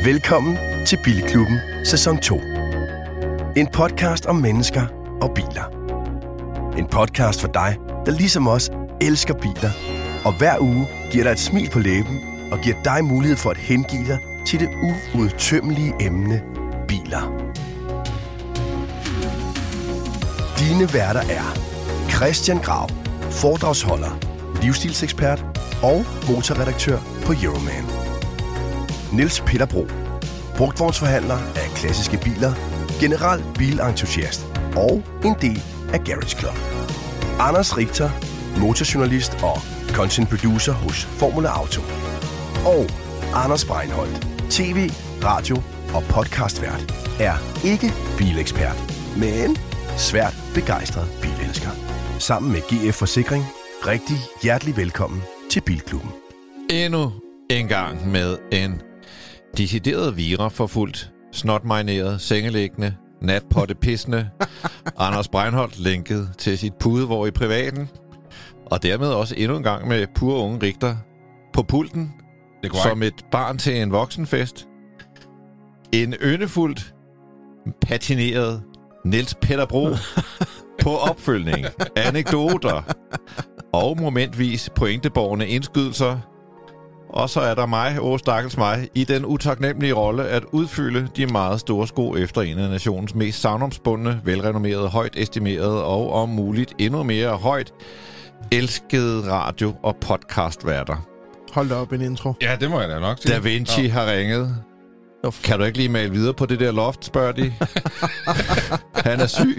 Velkommen til Bilklubben sæson 2. En podcast om mennesker og biler. En podcast for dig, der ligesom os elsker biler, og hver uge giver dig et smil på læben og giver dig mulighed for at hengive dig til det uudtømmelige emne biler. Dine værter er Christian Grav, foredragsholder, livsstilsekspert og motorredaktør på Euroman. Niels Peter Bro, brugtvognsforhandler af klassiske biler, general bilentusiast og en del af Garage Club. Anders Richter, motorjournalist og content producer hos Formula Auto. Og Anders Breinholt, tv, radio og podcastvært, er ikke bilekspert, men svært begejstret bilelsker. Sammen med GF Forsikring, rigtig hjertelig velkommen til Bilklubben. Endnu en gang med en decideret vira-forfulgt, snotmarineret, sengeliggende, natpottepissende Anders Breinholt lænket til sit pudevår i privaten, og dermed også endnu en gang med pure unge Richter på pulten, som et barn til en voksenfest. En yndefuldt, patineret Niels Peter Bro på opfølgning, anekdoter og momentvis pointeborgende indskydelser. Og så er der mig, stakkels mig, i den utaknemmelige rolle at udfylde de meget store sko efter en af nationens mest savnomsbundne, velrenommerede, højt estimerede og om muligt endnu mere højt elskede radio- og podcastværter. Hold da op en intro. Ja, det må jeg da nok sige. Da Vinci har ringet. Kan du ikke lige male videre på det der loft, spørger de. Han er syg.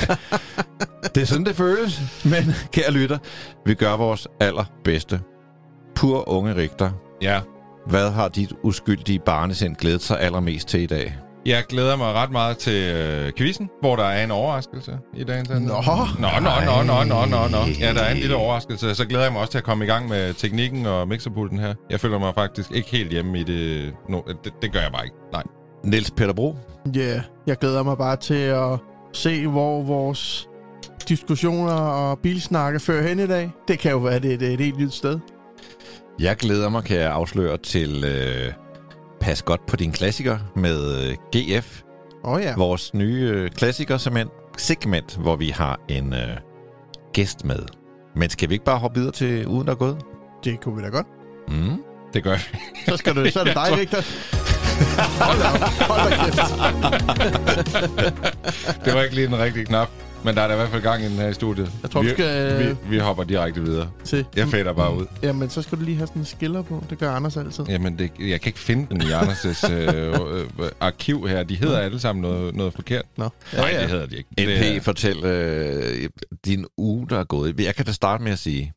Det er sådan, det føles. Men kære lytter, vi gør vores allerbedste. Pur unge Richter. Ja. Hvad har dit uskyldige barnesind glædet sig allermest til i dag? Jeg glæder mig ret meget til quizzen, hvor der er en overraskelse i dagens ende. Nå. Ja, der er en lille overraskelse. Så glæder jeg mig også til at komme i gang med teknikken og mixerpulten her. Jeg føler mig faktisk ikke helt hjemme i det. Det gør jeg bare ikke. Nej. Niels Peter Bro? Ja, jeg glæder mig bare til at se, hvor vores diskussioner og bilsnakke fører hen i dag. Det kan jo være, det er et helt nyt sted. Jeg glæder mig, kan jeg afsløre, til Pas godt på din klassiker med GF. Ja. Vores nye klassikersegment, hvor vi har en gæst med. Men skal vi ikke bare hoppe videre til ugen, der er gået? Det kunne vi da godt. Det gør vi. Så er det dig, Richter. Hold da kæft. Det var ikke lige den rigtige knap. Men der er der i hvert fald gang i den her i studiet. Jeg tror, vi hopper direkte videre. Til. Jeg fader bare ud. Jamen, så skal du lige have sådan en skiller på. Det gør Anders altid. Jamen, jeg kan ikke finde den i Anders' arkiv her. De hedder alle sammen noget forkert. Nå. Nej, det hedder de ikke. NP, fortæl din uge, der er gået. Jeg kan da starte med at sige,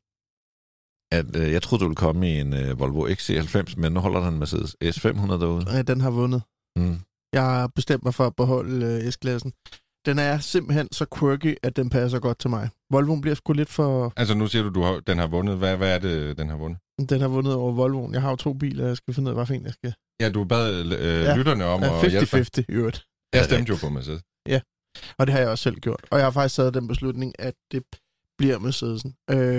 at jeg troede, du ville komme i en Volvo XC90, men nu holder den Mercedes S500 derude. Ja, den har vundet. Jeg har bestemt mig for at beholde S-klassen. Den er simpelthen så quirky, at den passer godt til mig. Volvoen bliver sgu lidt for... Altså, nu siger du, den har vundet. Hvad er det, den har vundet? Den har vundet over Volvoen. Jeg har jo 2 biler, jeg skal finde ud af, hvad fint jeg skal... Ja, du bad lytterne om at hjælpe. 50-50 i øvrigt. Jeg stemte jo på Mercedes. Ja, og det har jeg også selv gjort. Og jeg har faktisk taget den beslutning, at det bliver Mercedesen.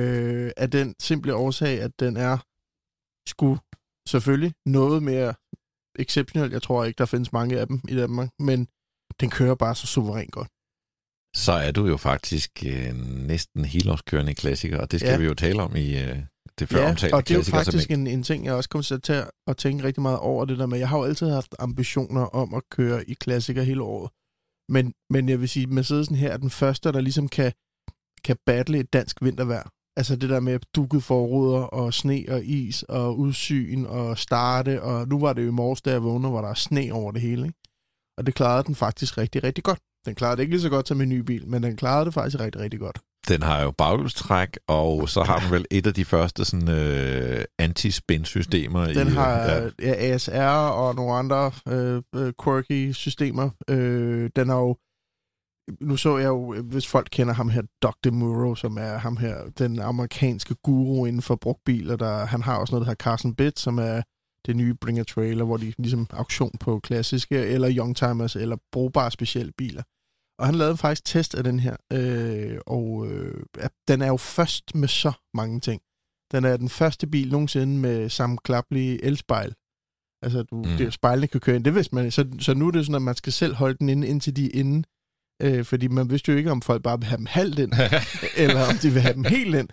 Af den simple årsag, at den er sgu selvfølgelig noget mere exceptionel. Jeg tror ikke, der findes mange af dem i Danmark, men den kører bare så suverænt godt. Så er du jo faktisk næsten helårskørende klassiker, og det skal vi jo tale om i det før omtalte klassiker. Ja, og det er jo faktisk en ting, jeg også kommer til at tænke rigtig meget over det der med. Jeg har jo altid haft ambitioner om at køre i klassiker hele året. Men jeg vil sige, at Mercedesen her er den første, der ligesom kan battle et dansk vintervejr. Altså det der med dukket forruder og sne og is og udsyn og starte. Og nu var det jo i morges, da jeg vågnede, hvor der er sne over det hele, ikke? Og det klarede den faktisk rigtig, rigtig godt. Den klarede det ikke lige så godt som en ny bil, men den klarede det faktisk rigtig, rigtig godt. Den har jo baghjulstræk, og så har den vel et af de første sådan, anti-spin-systemer. Den har ASR og nogle andre quirky systemer. Den har jo... Nu så jeg jo, hvis folk kender ham her, Dr. Muro, som er ham her, den amerikanske guru inden for brugtbiler. Han har også noget, der hedder Carson Bit, som er det nye Bring a Trailer, hvor de ligesom auktion på klassiske, eller youngtimers, eller brugbare specielle biler. Og han lavede faktisk test af den her, den er jo først med så mange ting. Den er den første bil nogensinde med sammenklappelige elspejl. Altså, spejlene kan køre ind. Det vidste man. Så nu er det sådan, at man skal selv holde den inde, indtil de er inde. Fordi man vidste jo ikke, om folk bare vil have dem halvt ind, eller om de vil have dem helt ind.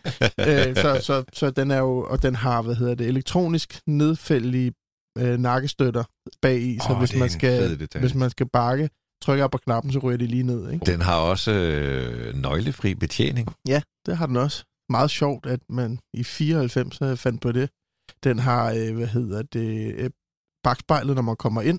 Så den er jo, og den har, elektronisk nedfældelige nakkestøtter bag i, så hvis man skal bakke, trykker på knappen, så ryger de lige ned. Ikke? Den har også nøglefri betjening. Ja, det har den også. Meget sjovt, at man i 94 fandt på det. Den har, bakspejlet, når man kommer ind.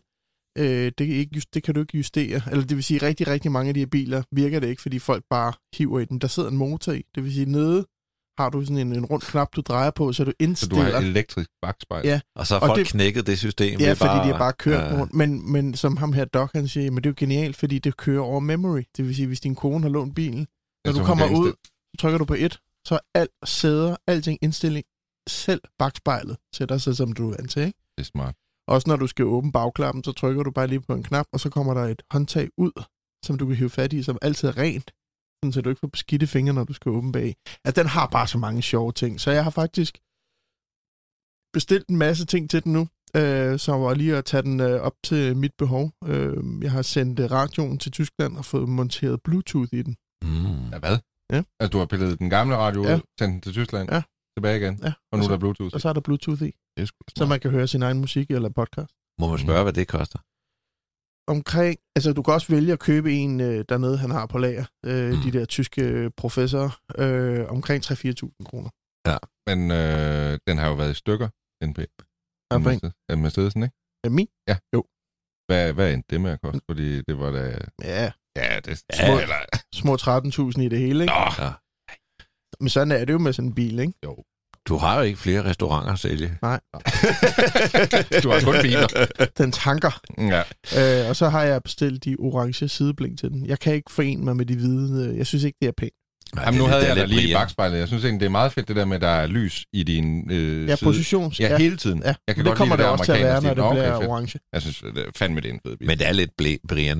Det kan du ikke justere. Eller det vil sige, rigtig, rigtig mange af de her biler virker det ikke, fordi folk bare hiver i dem. Der sidder en motor i. Det vil sige, nede har du sådan en rund knap, du drejer på, så du indstiller. Så du har elektrisk bakspejl. Ja. Og så har folk knækket det system. Ja, fordi de har bare kørt rundt. Men som ham her Doc, han siger, men det er jo genialt, fordi det kører over memory. Det vil sige, hvis din kone har lånt bilen, når du kommer ud, så trykker du på 1, så alt sæder, alting indstilling, selv bakspejlet sætter sig, som du er vant til, ikke? Det er smart. Også når du skal åbne bagklappen, så trykker du bare lige på en knap, og så kommer der et håndtag ud, som du kan hive fat i, som altid er rent, så du ikke får beskidte fingre, når du skal åbne bag. Altså, den har bare så mange sjove ting. Så jeg har faktisk bestilt en masse ting til den nu, så var lige at tage den op til mit behov. Jeg har sendt radioen til Tyskland og fået monteret Bluetooth i den. Ja, hvad? Ja. Altså, du har pillet den gamle radio ud, sendt den til Tyskland, tilbage igen, og nu er der Bluetooth. Og så er der Bluetooth i, så man kan høre sin egen musik eller podcast. Må man spørge, hvad det koster? Omkring, altså du kan også vælge at købe en dernede, han har på lager, de der tyske professorer, omkring 3-4.000 kroner. Ja, men den har jo været i stykker, NP. Mercedesen, ikke? Min? Ja. Jo. Hvad endte det med at koste? Fordi det var da... Ja. Ja, det er små 13.000 i det hele, ikke? Ja. Men sådan er det jo med sådan en bil, ikke? Jo. Du har jo ikke flere restauranter at sælge. Nej. Du har kun biler. Den tanker. Ja. Og så har jeg bestilt de orange sideblink til den. Jeg kan ikke forene mig med de hvide. Jeg synes ikke, det er pænt. Jamen, nu havde jeg da lige i bakspejlet. Jeg synes egentlig, det er meget fedt, det der med, at der er lys i din side. Positions. Ja, hele tiden. Ja. Jeg kan det godt kommer lide det også til at være, når det bliver fedt. orange. Jeg synes fandme, det er en fed bil. Men det er lidt Brian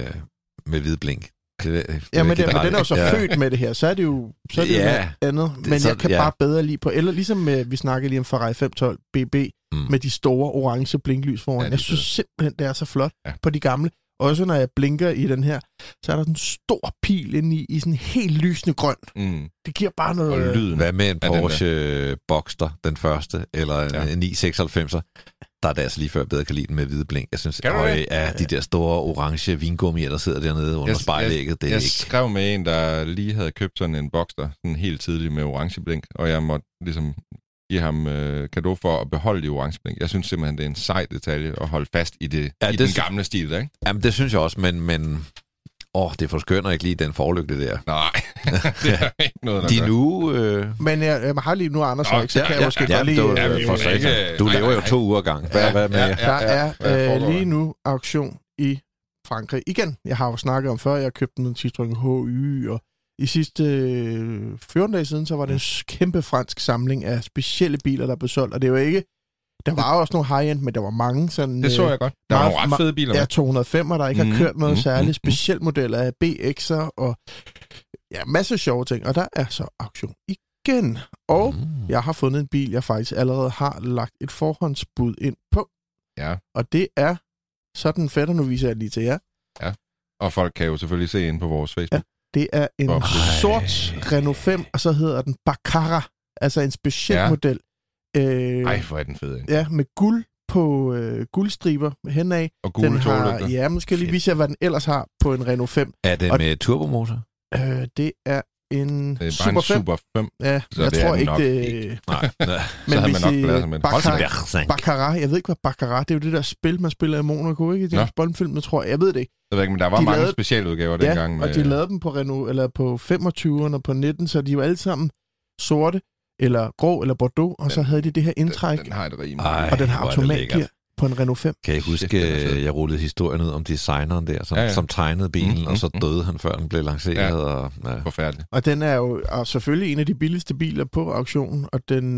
med hvid blink. Men den er jo så født med det her, så er det jo noget andet. Men jeg kan bare bedre lide på, eller ligesom vi snakkede lige om Ferrari 512 BB, med de store orange blinklys foran. Ja, jeg synes simpelthen, det er så flot på de gamle. Også når jeg blinker i den her, så er der sådan en stor pil inde i sådan helt lysende grøn. Det giver bare noget... Og lyden. Hvad med en Porsche Boxster, den første, eller en 996'er? Der er det altså lige før, jeg bedre kan lide den med hvide blink. Jeg synes, de der store orange vingummier, der sidder dernede under spejlægget, det er jeg ikke... Jeg skrev med en, der lige havde købt sådan en Boxster, sådan helt tidligt med orange blink, og jeg måtte ligesom give ham cadeau for at beholde de orange blink. Jeg synes simpelthen, det er en sej detalje at holde fast i den gamle stil, ikke? Jamen, det synes jeg også, men det forskønner ikke lige den forlygte der. Nej, det er ikke noget, der nu... Men jeg har lige nu Anders, så kan jeg måske godt lige... Du lever jo 2 uger gang. Hvad med? Der er lige nu auktion i Frankrig. Igen, jeg har jo snakket om før, jeg købte en Citroën HY, og i sidste 14 dage siden, så var det en kæmpe fransk samling af specielle biler, der blev solgt, og det var ikke... Der var også nogle high-end, men der var mange sådan... Det så jeg godt. Der var nogle ret fede biler. Ja, 205'er, der ikke har kørt noget særligt. Specielt modeller af BX'er og masser af sjove ting. Og der er så auktion igen. Og jeg har fundet en bil, jeg faktisk allerede har lagt et forhåndsbud ind på. Ja. Og det er sådan fætter, nu viser jeg lige til jer. Ja, og folk kan jo selvfølgelig se ind på vores Facebook. Ja, det er en sort Renault 5, og så hedder den Baccara. Altså en speciel model. Hvor er den fed. Ja, med guld på guldstriber henad. Og gule tålygter. Ja, måske lige vise jer, hvad den ellers har på en Renault 5. Er det med turbomotor? Det er en Super 5. Super 5. Ja, så jeg tror ikke det... Nej. Men så havde man nok blæret sig med Baccara, jeg ved ikke, hvad Baccara, det er jo det der spil, man spiller i Monaco, ikke? Det er en Bondfilm, jeg tror, jeg ved det ikke. Jeg ved ikke, men der var mange specialudgaver dengang. Ja, og de lavede dem på Renault, eller på 25'erne og på 19, så de var alle sammen sorte, eller grå, eller bordeaux, og så havde de det her indtræk. Den har et rim. Og den har automatgear på en Renault 5. Kan I huske, jeg rullede historien ud om designeren der, som tegnede bilen, og så døde han, før den blev lanceret. Forfærdeligt. Og den er jo selvfølgelig en af de billigste biler på auktionen, og den,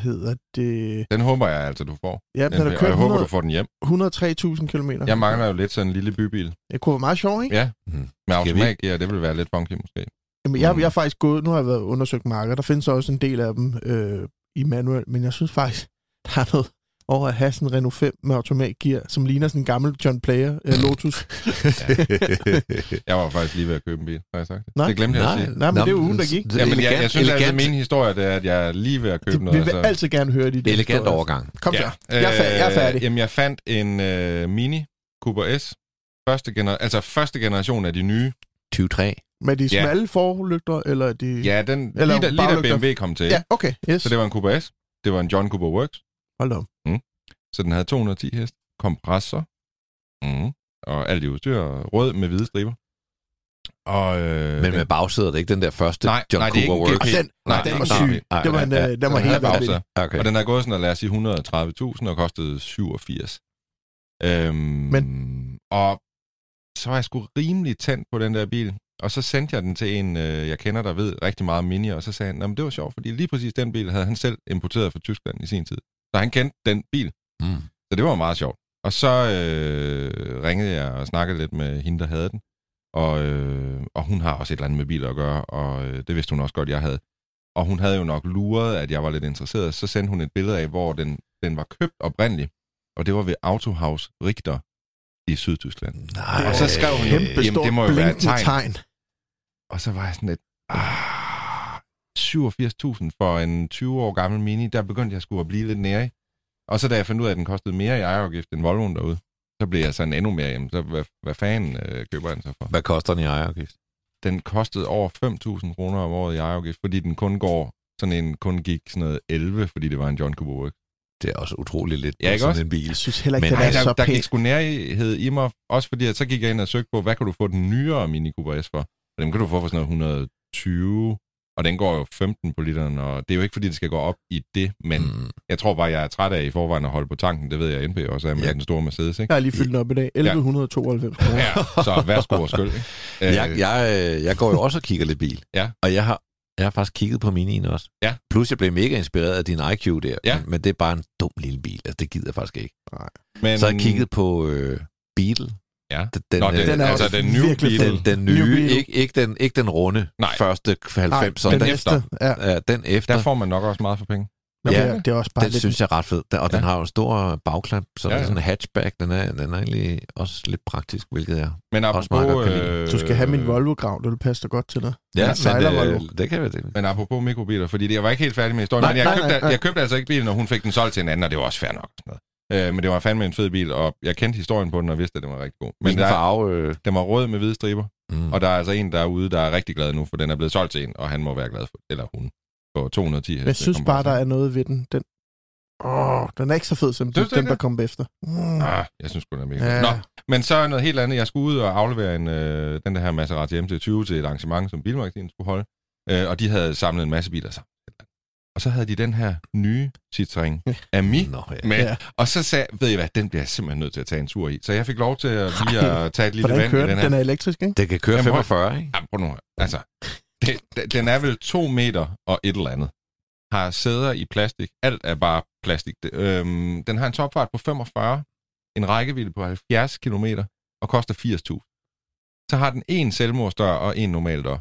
Den håber jeg altså, du får. Ja, den jeg håber, du får den hjem. 103.000 kilometer. Jeg mangler jo lidt sådan en lille bybil. Det kunne være meget sjovt, ikke? Ja, med automatgear, det vil være lidt funky måske. Jamen, jeg har faktisk gået, nu har jeg været undersøgt marker, der findes også en del af dem i manuel, men jeg synes faktisk, der er over at have sådan en Renault 5 med automatgear, som ligner sådan en gammel John Player Lotus. Jeg var faktisk lige ved at købe en bil, har jeg sagt det? Nej. Det glemte jeg at sige. Nej, men det er jo ugen, der gik. Ja, men jeg synes altid, at min historie det er, at jeg er lige ved at købe noget. Vi vil altid gerne høre de der elegant historier. overgang. Kom så. Jeg er færdig. Jamen, jeg fandt en Mini Cooper S. Første generation af de nye. 23. Med de smalle forlygter, eller de... Ja, lige da BMW kom til. Ja, okay, yes. Så det var en Cooper S. Det var en John Cooper Works. Hold da. Så den havde 210 hest. Kompressor. Og alt i udstyr. Rød med hvide striber. Og, men med bagsædet, det ikke den der første John Cooper Works? Den var syg. Den var helt vanvittig. Okay. Og den er gået sådan, lad os sige, 130.000 og kostede 87. Og så var jeg sgu rimelig tændt på den der bil. Og så sendte jeg den til en, jeg kender, der ved rigtig meget om Mini, og så sagde han, det var sjovt, fordi lige præcis den bil havde han selv importeret fra Tyskland i sin tid. Så han kendte den bil. Så det var meget sjovt. Og så ringede jeg og snakkede lidt med hende, der havde den. Og hun har også et eller andet med biler at gøre, og det vidste hun også godt, jeg havde. Og hun havde jo nok luret, at jeg var lidt interesseret. Så sendte hun et billede af, hvor den var købt oprindeligt. Og det var ved Autohaus Richter i Sydtyskland. Nej, og så skrev hun, jamen det må jo være et tegn. Og så var jeg sådan lidt, 87.000 for en 20 år gammel Mini, der begyndte jeg skulle at blive lidt nære i. Og så da jeg fandt ud af, at den kostede mere i ejerafgift end Volvoen derude, så blev jeg sådan endnu mere hjemme. Så hvad fanden køber den så for? Hvad koster den i ejerafgift? Den kostede over 5.000 kroner om året i ejerafgift, fordi den kun gik sådan noget 11, fordi det var en John Cooper Works. Det er også utroligt lidt på sådan en bil. Jeg synes heller ikke, der gik sgu nærhed i mig, også fordi at så gik jeg ind og søgte på, hvad kan du få den nyere Mini Cooper S for? Og den kan du få for sådan noget 120, og den går jo 15 på literen, og det er jo ikke fordi, det skal gå op i det, men jeg tror bare, jeg er træt af i forvejen at holde på tanken, det ved jeg, NP også er med den store Mercedes, ikke? Jeg har lige fyldt den op i dag, 1192 kroner. Ja, så værsgo og skyld, ikke? Jeg går jo også og kigger lidt bil, og jeg har faktisk kigget på Minien også. Ja. Plus jeg blev mega inspireret af din IQ der, men det er bare en dum lille bil, altså det gider jeg faktisk ikke. Nej. Men... Så har jeg kigget på Beetle. Ja. Den er altså den nye bil. Den nye, ikke den runde første 90'er. Den efter. Ja, den efter. Der får man nok også meget for penge. Ja, det er også bare den lidt... synes jeg er ret fed. Og den har jo en stor bagklap, så det er sådan en hatchback. Den er egentlig også lidt praktisk, hvilket er men også meget godt kan lide. Du skal have min Volvo-grav, det vil passe dig godt til dig. Ja, det kan være det. Men apropos mikrobiler, fordi jeg var ikke helt færdig med historien, men jeg købte altså ikke bilen, og hun fik den solgt til en anden, og det var også fair nok. Men det var fandme en fed bil, og jeg kendte historien på den, og vidste, at den var rigtig god. Men den var rød med hvide striber, og der er altså en derude, der er rigtig glad nu, for den er blevet solgt til en, og han må være glad for, eller hun, på 210 heste. Jeg synes bare, der er noget ved den. Den er ikke så fed, som den, der kom efter. Jeg synes den er mega fed. Nå, men så noget helt andet. Jeg skulle ud og aflevere den der her Maserati MT-20 til et arrangement, som Bilmagasinet skulle holde, og de havde samlet en masse biler sammen. Og så havde de den her nye Citroën Ami med. Og så sagde ved I hvad, den bliver jeg simpelthen nødt til at tage en tur i. Så jeg fik lov til at lige at tage et lille vand i den her. Den er elektrisk, ikke? Det kan køre 45, ikke? Ja, prøv nu. Altså, den er vel 2 meter og et eller andet. Har sæder i plastik. Alt er bare plastik. Den har en topfart på 45, en rækkevidde på 70 kilometer og koster 80.000. Så har den en selvmordsdør og en normal dør.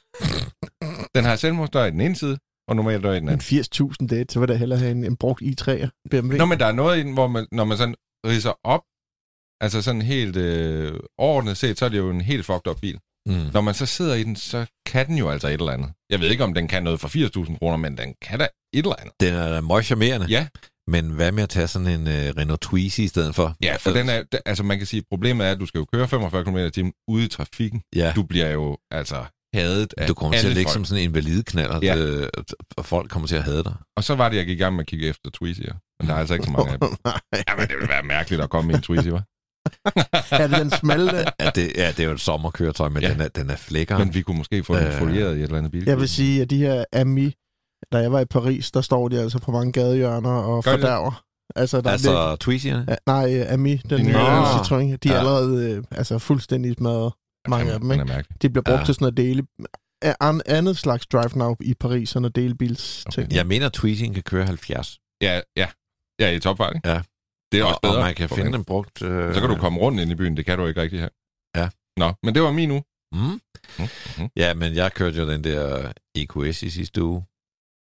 Den har selvmordsdør i den ene side, og normalt dør i den anden. 80.000 det, så vil der hellere have en brugt i3'er BMW. Nå, men der er noget i den, hvor man, når man sådan ridser op, altså sådan helt overordnet set, så er det jo en helt fucked up bil. Når man så sidder i den, så kan den jo altså et eller andet. Jeg ved ikke, om den kan noget for 80.000 kroner, men den kan da et eller andet. Den er da meget charmerende. Ja. Men hvad med at tage sådan en Renault Twizy i stedet for? Ja, for den er, altså man kan sige, problemet er, at du skal jo køre 45 km/t ude i trafikken. Ja. Du bliver jo altså hadet af du kommer til at ligge folk. Som sådan en invalideknaller, og folk kommer til at hade dig. Og så var det, jeg gik i gang med at kigge efter Twizy'er. Men der er altså ikke så mange af dem. Jamen, det ville være mærkeligt at komme i en Twizy, hva'? Er det den smalle? Ja, det er jo et sommerkøretøj, men den er flækker. Men vi kunne måske få den folieret i et eller andet bil. Jeg vil sige, at de her Ami, da jeg var i Paris, der står de altså på mange gadehjørner og fordærver. Altså Twizy'erne? Nej, Ami, den nye Citroën, de er allerede fuldstændig smadret. Mange af dem, ikke? De bliver brugt til sådan at dele andet slags drive now i Paris, sådan at dele bils ting. Jeg mener, Twizy'en kan køre 70. Ja, i topfart, ikke? Ja. Det er også bedre. Og man kan finde dem brugt. Så kan du komme rundt ind i byen, det kan du ikke rigtig her. Ja. Nå, men det var min uge. Ja, men jeg kørte jo den der EQS i sidste uge.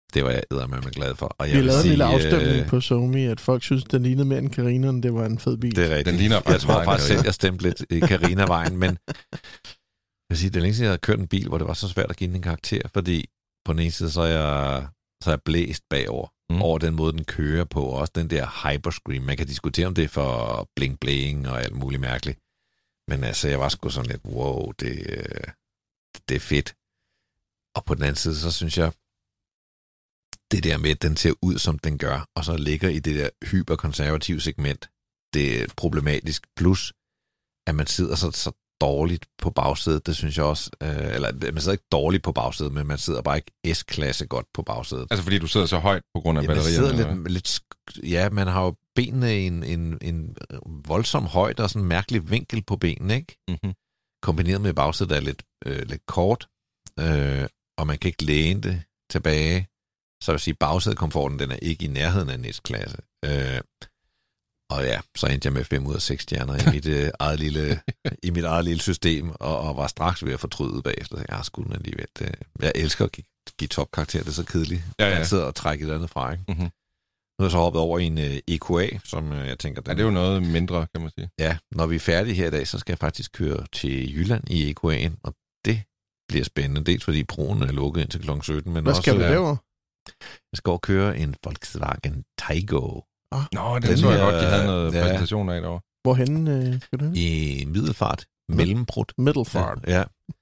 Det var jeg eddermame glad for. Og Vi lavede en lille afstemning på Somi, at folk synes, den lignede mere end Carina, det var en fed bil. Det er rigtigt. Den ligner jeg tror faktisk selv, jeg stemte lidt i Carina-vejen, men jeg vil sige, det er længe siden, jeg havde kørt en bil, hvor det var så svært at give den en karakter, fordi på den ene side, så er jeg blæst bagover, over den måde, den kører på, og også den der hyperscreen. Man kan diskutere, om det er for bling-bling og alt muligt mærkeligt. Men altså, jeg var sgu sådan lidt, wow, det er fedt. Og på den anden side, så synes jeg, det der med, at den ser ud, som den gør, og så ligger i det der hyperkonservative segment, det er problematisk. Plus, at man sidder så dårligt på bagsædet, det synes jeg også, eller man sidder ikke dårligt på bagsædet, men man sidder bare ikke S-klasse godt på bagsædet. Altså fordi du sidder så højt på grund af batterierne? Man sidder lidt, ja, man har jo benene i en voldsom højde og sådan en mærkelig vinkel på benene, ikke? Mm-hmm. Kombineret med bagsædet er lidt kort, og man kan ikke læne det tilbage. Så vil sige, bagsædekomforten, den er ikke i nærheden af en S-klasse. Og ja, så endte jeg med 5 ud af 6 stjerner i mit eget lille system, og var straks ved at fortryde bagefter. Jeg har sgu den alligevel. Jeg elsker at give topkarakter, det er så kedeligt. Ja. Jeg sidder og trækker et andet fra, ikke? Mm-hmm. Nu er jeg så hoppet over i en EQA, som jeg tænker... det er jo noget mindre, kan man sige. Ja, når vi er færdige her i dag, så skal jeg faktisk køre til Jylland i EQA'en, og det bliver spændende. Dels fordi broen er lukket indtil kl. 17, men hvad også... skal du derovre? Jeg skal over køre en Volkswagen Taigo. Nå, det tror jeg godt, de havde noget præsentation af derovre. Hvorhenne skal du hen? I Middelfart. Mellembrud. Middelfart. Ja.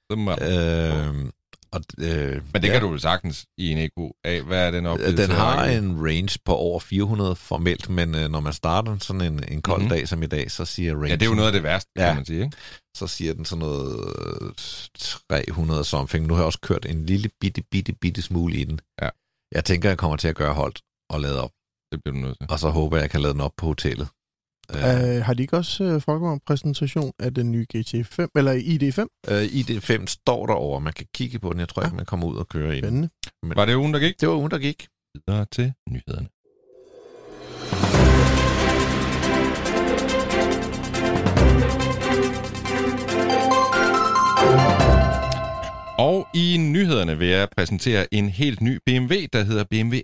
Men det kan du vel sagtens i en EQA. Hvad er den oplevelse? Den har en range på over 400 formelt, men når man starter sådan en kold dag som i dag, så siger range... Ja, det er jo noget af det værste, kan man sige, ikke? Så siger den sådan noget 300 something. Nu har jeg også kørt en lille bitte smule i den. Ja. Jeg tænker, jeg kommer til at gøre holdt og lade op. Det bliver du nødt til. Og så håber jeg kan lade den op på hotellet. Har de ikke også en præsentation af den nye GT5, eller ID5? ID5 står derovre. Man kan kigge på den. Jeg tror ikke, man kommer ud og køre i den. Var det ugen, der gik? Det var ugen, der gik. Videre til nyhederne. Og i nyhederne vil jeg præsentere en helt ny BMW, der hedder BMW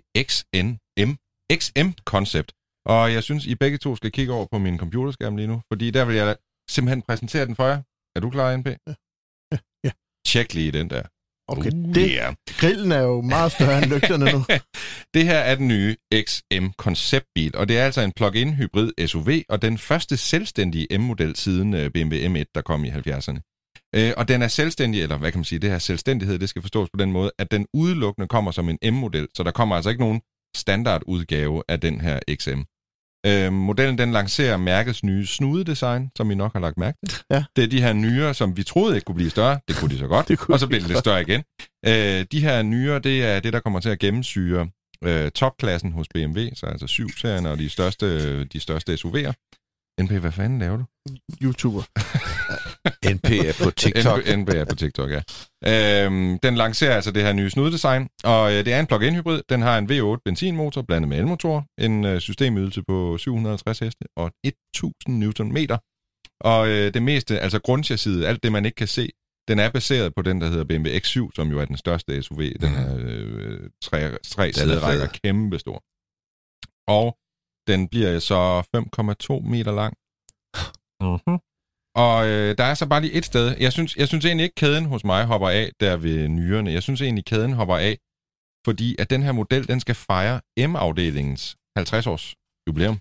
XM Concept. Og jeg synes, I begge to skal kigge over på min computerskærm lige nu, fordi der vil jeg simpelthen præsentere den for jer. Er du klar, NP? Ja. Tjek lige den der. Okay, grillen er jo meget større end lygterne nu. Det her er den nye XM konceptbil, og det er altså en plug-in hybrid SUV, og den første selvstændige M-model siden BMW M1, der kom i 70'erne. Og den er selvstændig, eller hvad kan man sige, det her selvstændighed, det skal forstås på den måde, at den udelukkende kommer som en M-model, så der kommer altså ikke nogen standardudgave af den her XM. Modellen, den lancerer mærkets nye snudedesign, som I nok har lagt mærke til. Ja. Det er de her nyere, som vi troede ikke kunne blive større. Det kunne de så godt, og så bliver det lidt større igen. De her nyere, det er det, der kommer til at gennemsyre topklassen hos BMW, så altså 7-serien og de største SUV'er. NP, hvad fanden laver du? YouTuber. NP er på TikTok. NP er på TikTok, ja. Den lancerer altså det her nye snudedesign, og det er en plug-in hybrid. Den har en V8 benzinmotor blandet med elmotor, en systemydelse på 750 heste og 1000 Nm. Og det meste, altså grundchassiset, alt det man ikke kan se, den er baseret på den, der hedder BMW X7, som jo er den største SUV. Den er 3 sæderækker, kæmpestor. Og den bliver så 5,2 meter lang. Mm-hmm. Og der er så bare lige et sted. Jeg synes egentlig ikke, kæden hos mig hopper af der ved nyrerne. Jeg synes egentlig, kæden hopper af, fordi at den her model, den skal fejre M-afdelingens 50-års jubilæum.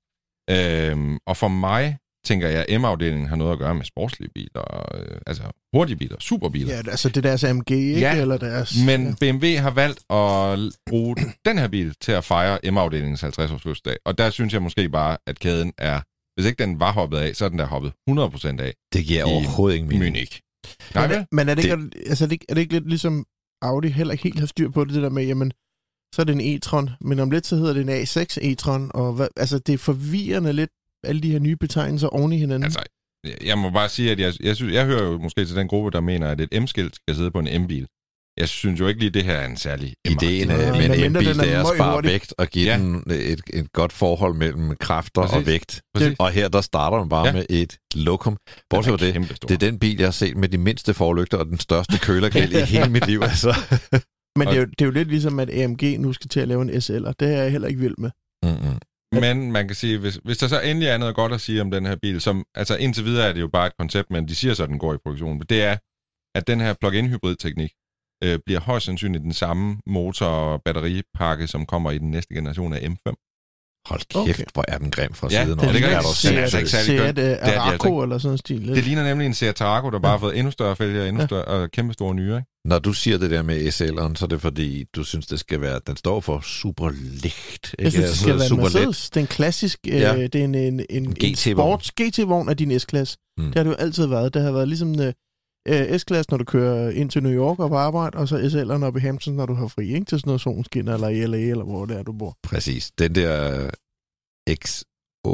Og for mig, tænker jeg, at M-afdelingen har noget at gøre med sportslige biler, altså hurtige biler, superbiler. Ja, altså det er deres AMG, ikke? Ja, eller deres... men BMW har valgt at bruge den her bil til at fejre M-afdelingens 50-års fødselsdag. Og der synes jeg måske bare, at kæden er... Hvis ikke den var hoppet af, så er den der hoppet 100% af. Det giver overhovedet ikke mening. Munich. Men er det ikke lidt ligesom Audi heller ikke helt har styr på det der med, jamen, så er det en e-tron, men om lidt så hedder det en A6 e-tron, og altså det er forvirrende lidt, alle de her nye betegnelser oven i hinanden. Altså, jeg må bare sige, at jeg hører jo måske til den gruppe, der mener, at et M-skilt skal sidde på en M-bil. Jeg synes jo ikke lige, det her er en særlig ideen med en M-bil, det er at spare vægt og give den et godt forhold mellem kræfter og vægt. Og her, der starter man bare med et lokum. Bortset fra det er den bil, jeg har set med de mindste forlygter og den største kølergrill i hele mit liv. Altså. Men det er jo lidt ligesom, at AMG nu skal til at lave en SL'er. Det er jeg heller ikke vild med. Mm-hmm. Men man kan sige, hvis der så endelig er noget godt at sige om den her bil, som altså indtil videre er det jo bare et koncept, men de siger så, at den går i produktion. Det er, at den her plug-in hybrid-teknik bliver højst sandsynligt den samme motor- og batteripakke, som kommer i den næste generation af M5. Hold kæft, hvor er den grim fra siden. Det er det Araco eller sådan en stil. Det ligner nemlig en Seat Tarraco, der bare har fået endnu større fælger, endnu større og kæmpe store nye, ikke? Når du siger det der med SL'eren, så er det fordi, du synes, det skal være, den står for super let. Jeg synes, det skal være en Mercedes. Det er en klassisk, det er en sports GT-vogn af din S-klasse. Det har det jo altid været. Det har været ligesom S-klasse, når du kører ind til New York og på arbejde, og så SL'eren op i Hampton, når du har fri, ikke? Til sådan noget solskinner, eller i LA, eller hvor det er, du bor. Præcis. Den der X8...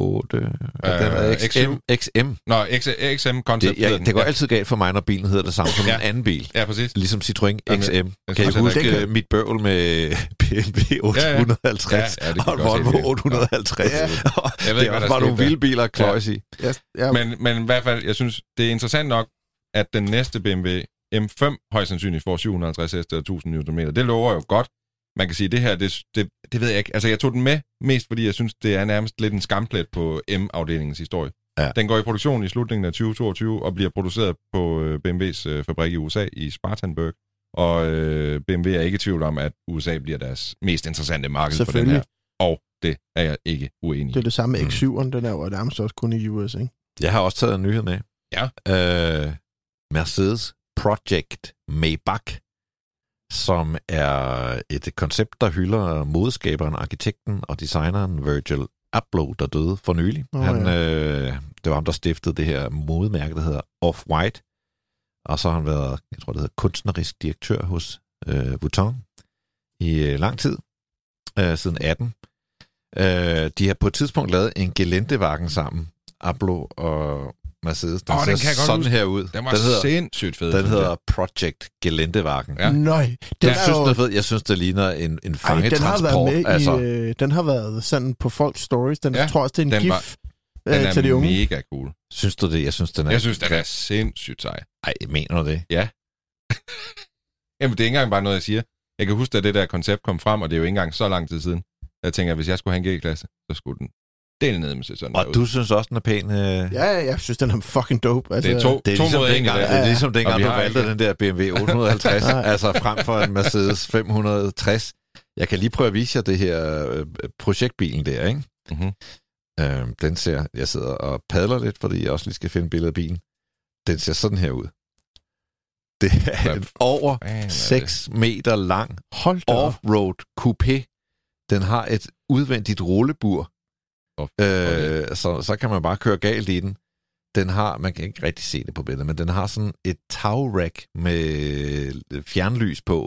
XM. Nå, XM-koncept. Det går altid galt for mig, når bilen hedder det samme som en anden bil. Ja, præcis. Ligesom Citroën XM. Kan jeg huske mit bøvl med BMW 850 og Volvo 850? Ja. Jeg ved ikke, hvad der var nogle vilde biler at kløjes i. Men i hvert fald, jeg synes, det er interessant nok, at den næste BMW M5 højst sandsynligt får 750 heste og 1000 Nm. Det lover jo godt. Man kan sige, det her, det ved jeg ikke. Altså, jeg tog den med mest, fordi jeg synes, det er nærmest lidt en skamplet på M-afdelingens historie. Ja. Den går i produktion i slutningen af 2022 og bliver produceret på BMW's fabrik i USA, i Spartanburg. Og BMW er ikke i tvivl om, at USA bliver deres mest interessante marked for den her. Og det er jeg ikke uenig i. Det er det samme med X7'eren, den er jo nærmest også kun i US, ikke? Jeg har også taget en nyhed med. Ja. Mercedes Project Maybach, som er et koncept, der hylder modeskaberen, arkitekten og designeren Virgil Abloh, der døde for nylig. Det var ham, der stiftede det her modemærke, der hedder Off-White. Og så har han været, jeg tror det hedder, kunstnerisk direktør hos Vuitton i lang tid, siden 18. De har på et tidspunkt lavet en Geländewagen sammen, Abloh og Mercedes. Den ser sådan her ud. Den var sindssygt fed. Den hedder Project Geländewagen. Ja. Nej. Jeg synes, det ligner en fangetransport. Den har været sådan på folks stories. Den tror også, det er en gif til de unge. Den er mega cool. Synes du det? Jeg synes, den er sindssygt sej. Ej, mener du det? Ja. Jamen, det er ikke engang bare noget, jeg siger. Jeg kan huske, at det der koncept kom frem, og det er jo ikke engang så lang tid siden. Jeg tænker, at hvis jeg skulle have en G-klasse, så skulle den del ned med sig sådan. Og du synes også, den er pæn? Ja, jeg synes, den er fucking dope. Altså, det er ligesom dengang, det er ligesom dengang, du valgte den der BMW 850, altså frem for en Mercedes 560. Jeg kan lige prøve at vise jer det her projektbilen der, ikke? Mm-hmm. Den ser, jeg sidder og padler lidt, fordi jeg også lige skal finde billeder af bilen. Den ser sådan her ud. Det er en over 6 meter lang off-road coupé. Den har et udvendigt rullebur. Så kan man bare køre galt i den. Den har, man kan ikke rigtig se det på billedet, men den har sådan et tagrack med fjernlys på.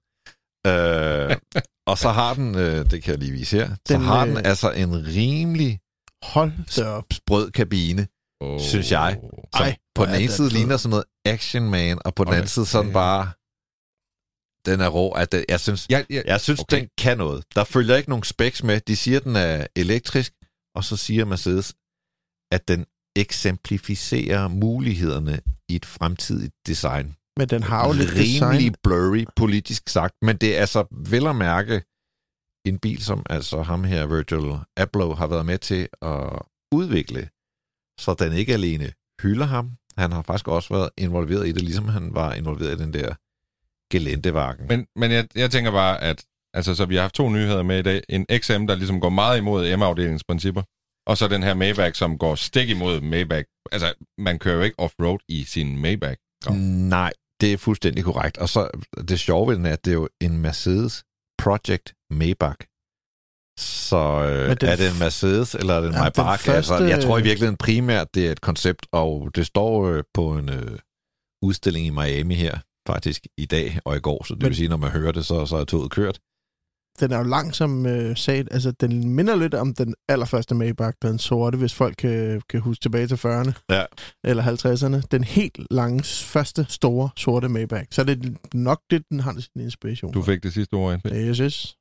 Og så har den, det kan jeg lige vise her, så har den altså en rimelig sprød kabine, synes jeg. På den ene side ligner sådan noget Action Man, og på den anden side sådan bare, den er rå. Jeg synes den kan noget. Der følger ikke nogen specs med. De siger, den er elektrisk, og så siger Mercedes, at den eksemplificerer mulighederne i et fremtidigt design. Men den har jo lidt rimelig blurry, politisk sagt. Men det er altså vel at mærke en bil, som altså ham her, Virgil Abloh, har været med til at udvikle. Så den ikke alene hylder ham. Han har faktisk også været involveret i det, ligesom han var involveret i den der Geländewagen. Men jeg tænker bare, at altså, så vi har haft 2 nyheder med i dag. En XM, der ligesom går meget imod M-afdelingens principper. Og så den her Maybach, som går stik imod Maybach. Altså, man kører jo ikke off-road i sin Maybach. Nej, det er fuldstændig korrekt. Og så det sjove ved den er, at det er jo en Mercedes Project Maybach. Så er det en Mercedes, eller er det en Maybach? Første... Altså, jeg tror i virkeligheden primært, det er et koncept, og det står på en udstilling i Miami her, faktisk i dag og i går. Så det vil sige, når man hører det, så er toget kørt. Den er jo langsom sat. Altså, den minder lidt om den allerførste Maybach, den sorte, hvis folk kan huske tilbage til 40'erne. Ja. Eller 50'erne. Den helt lange, første store sorte Maybach. Så er det nok det, den har sin inspiration. Du fik det sidste ord ind. Ja, jeg synes.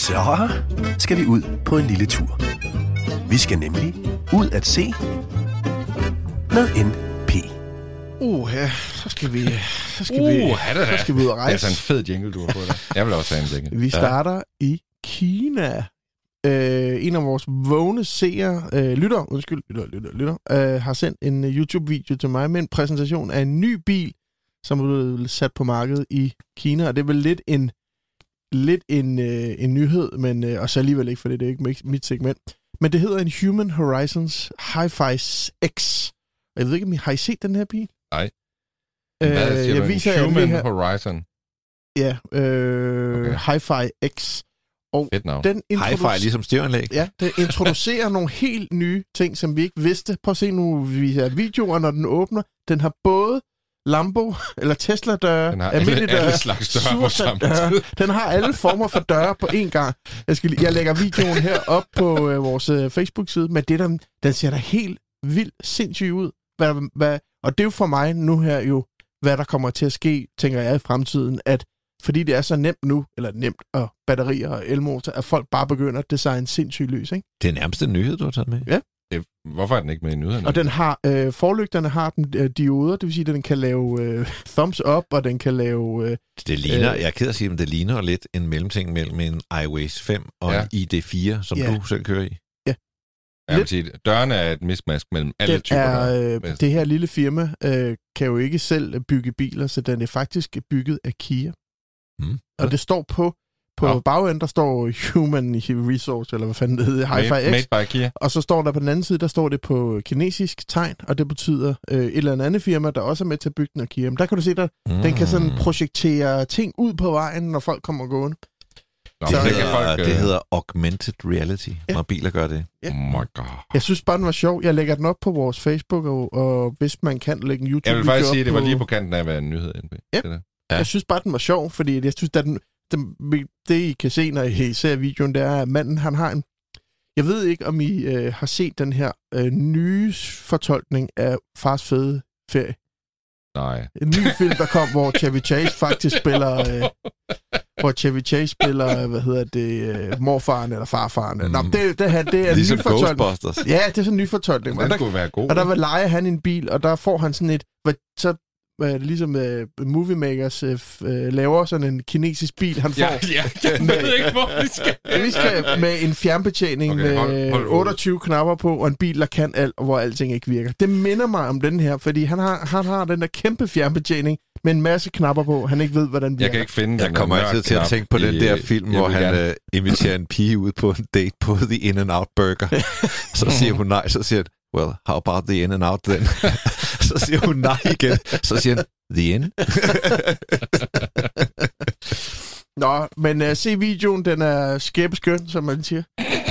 Så skal vi ud på en lille tur. Vi skal nemlig ud at se med NP. Ja, så skal vi ud og rejse. Det er sådan en fed jingle, du har fået der. Jeg vil også have en jingle. Vi starter i Kina. En af vores vågne seere, lytter, har sendt en YouTube-video til mig med en præsentation af en ny bil, som er blevet sat på markedet i Kina. Og det er vel lidt en nyhed, men også alligevel ikke, for det er ikke mit segment. Men det hedder en Human Horizons Hi-Fi X. Og jeg ved ikke, har I set den her bil? Nej. Hvad siger jeg viser Human her. Horizon? Ja, okay. Hi-Fi X. Og den Hi-Fi, ligesom stereoanlæg. Ja, den introducerer nogle helt nye ting, som vi ikke vidste. Prøv at se nu, vi ser videoer, når den åbner. Den har både Lambo, eller Tesla-døre, almindelige døre, alle slags døre på samme tid. Den har alle former for døre på én gang. Jeg lægger videoen her op på vores Facebook-side, men den ser da helt vildt sindssygt ud. Og det er jo for mig nu her jo, hvad der kommer til at ske, tænker jeg i fremtiden, at fordi det er så nemt nu, eller nemt, og batterier og elmotor, at folk bare begynder at designe sindssygt lys, ikke? Det er nærmest en nyhed, du har taget med. Ja. Hvorfor er den ikke med i nyhederne? Og den har, forlygterne har den dioder, det vil sige, at den kan lave thumbs up, og den kan lave... Det ligner, jeg er ked at sige, men det ligner lidt en mellemting mellem en iWays 5 og en ID4, som du selv kører i. Ja. Jeg vil sige, dørene er et mismask mellem alle typer. Det her lille firma kan jo ikke selv bygge biler, så den er faktisk bygget af Kia. Og det står på bagenden, der står Human Resource, eller hvad fanden det hedder, Hi-Fi X. Made by Kia. Og så står der på den anden side, der står det på kinesisk tegn, og det betyder et eller andet firma, der også er med til at bygge den af Kia. Men der kan du se, at den kan sådan projektere ting ud på vejen, når folk kommer gående. Det hedder augmented reality, når biler gør det. Ja. Oh my god. Jeg synes bare, den var sjov. Jeg lægger den op på vores Facebook, og hvis man kan lægge en YouTube-video op. Jeg vil faktisk sige, at det var lige på kanten af at være en nyhed. Ja. Jeg synes bare, den var sjov, fordi jeg synes, at det I kan se, når I ser videoen, det er, at manden, han har en... Jeg ved ikke, om I har set den her nye fortolkning af Fars Fede Ferie. Nej. En ny film, der kom, hvor Chevy Chase faktisk spiller... morfaren eller farfaren. Nå, det er ligesom en ny fortolkning. Ghostbusters. Ja, det er sådan en ny fortolkning. Den skulle være god. Og der vil lege han en bil, og der får han sådan et... ligesom Movie Makers laver sådan en kinesisk bil, han får. Jeg ved ikke, hvor vi skal. Vi skal med en fjernbetjening med 28 knapper på, og en bil, der kan alt, og hvor alting ikke virker. Det minder mig om den her, fordi han har den der kæmpe fjernbetjening med en masse knapper på, han ikke ved, hvordan den virker. Jeg kan ikke finde den. Jeg kommer altid til at tænke på den der film, hvor han inviterer en pige ud på en date på The In-N-Out Burger. Så siger hun nej, så siger han, well, how about the In-N-Out then? Så siger hun nej igen. Så siger han, the in? Nå, men se videoen, den er skæbeskøn, som man siger.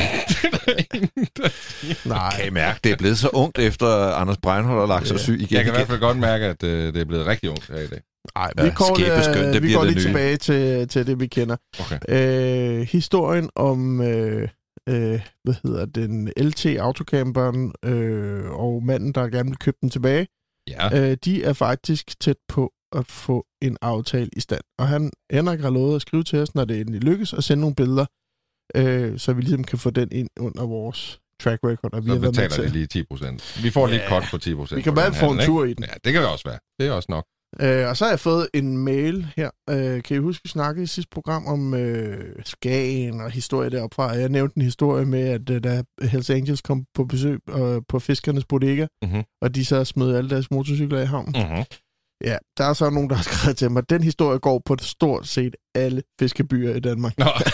Nej. Kan I mærke, det er blevet så ungt, efter Anders Breinholt har lagt sig syg igen? Jeg kan i hvert fald godt mærke, at det er blevet rigtig ungt her i dag. Nej, vi går lige tilbage til det, vi kender. Okay. Historien om... den LT Autocamperen og manden, der gerne vil købe den tilbage, de er faktisk tæt på at få en aftale i stand. Og Henrik har lovet at skrive til os, når det endelig lykkes, og sende nogle billeder, så vi ligesom kan få den ind under vores track record. Og vi så betaler det lige 10%. Vi får lige et cut på 10%. Vi kan bare få en tur i den. Ja, det kan det også være. Det er også nok. Og så har jeg fået en mail her. Kan I huske, vi snakkede i sidste program om Skagen og historie deroppe fra? Jeg nævnte en historie med, at da Hells Angels kom på besøg på fiskernes bodega, og de så smed alle deres motorcykler i havnen. Ja, der er så nogen, der har skrevet til mig, at den historie går på stort set alle fiskebyer i Danmark.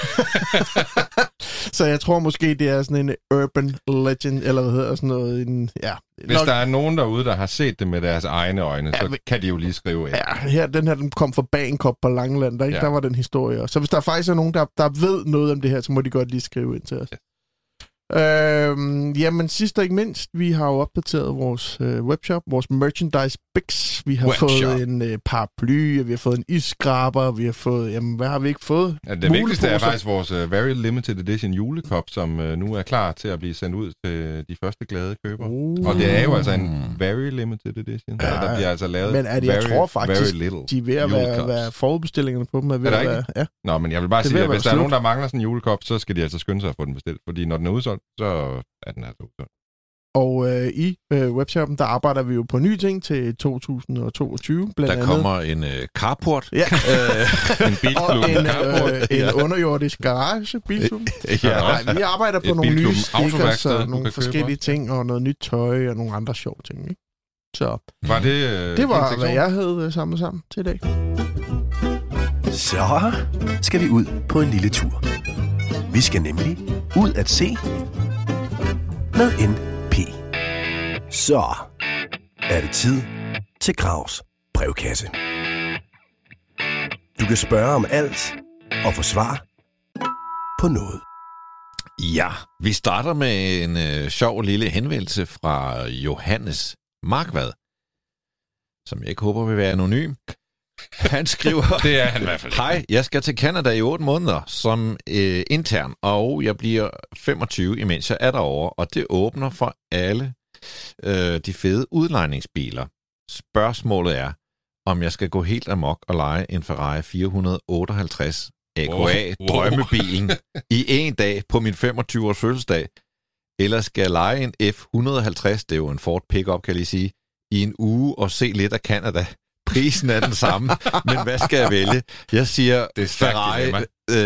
Så jeg tror måske, det er sådan en urban legend, eller hvad hedder sådan noget. Hvis der er nogen derude, der har set det med deres egne øjne, så kan de jo lige skrive ind. Ja, den kom fra Bagenkop på Langeland, der var den historie. Så hvis der faktisk er nogen, der ved noget om det her, så må de godt lige skrive ind til os. Jamen, sidst og ikke mindst, vi har jo opdateret vores webshop, vores merchandise bix. Vi har fået en paraply, vi har fået en isskraber, vi har fået... Jamen, hvad har vi ikke fået? Ja, det vigtigste er faktisk vores Very Limited Edition julekop, som nu er klar til at blive sendt ud til de første glade købere. Og det er jo altså en Very Limited Edition, så der bliver altså lavet men jeg tror faktisk, de er ved at være forudbestillingerne på dem. Er det være, ja. Nå, men jeg vil bare sige, at hvis der er nogen, der mangler sådan en julekop, så skal de altså skynde sig at få den bestilt, fordi når den er udsolgt, så er den altså udsolgt. Og i webshoppen, der arbejder vi jo på nye ting til 2022. Blandt der kommer en carport. Ja. En bilklub. En underjordisk garage, bilklub. Ja. Vi arbejder på nogle nye stickers og nogle forskellige ting, og noget nyt tøj og nogle andre sjove ting. Ikke? Så var det var, hvad jeg havde samlet sammen til i dag. Så skal vi ud på en lille tur. Vi skal nemlig ud at se med NP. Så er det tid til Gravs brevkasse. Du kan spørge om alt og få svar på noget. Ja, vi starter med en sjov lille henvendelse fra Johannes Markvad, som jeg ikke håber vil være anonym. Han skriver... Det er han i hvert fald. Hej, jeg skal til Canada i 8 måneder som intern, og jeg bliver 25, imens jeg er derovre, og det åbner for alle de fede udlejningsbiler. Spørgsmålet er, om jeg skal gå helt amok og leje en Ferrari 458 AKA drømmebilen i en dag på min 25-års fødselsdag, eller skal jeg leje en F150, det er jo en Ford pickup, kan jeg lige sige, i en uge og se lidt af Canada. Prisen er den samme, men hvad skal jeg vælge? Jeg siger Ferrari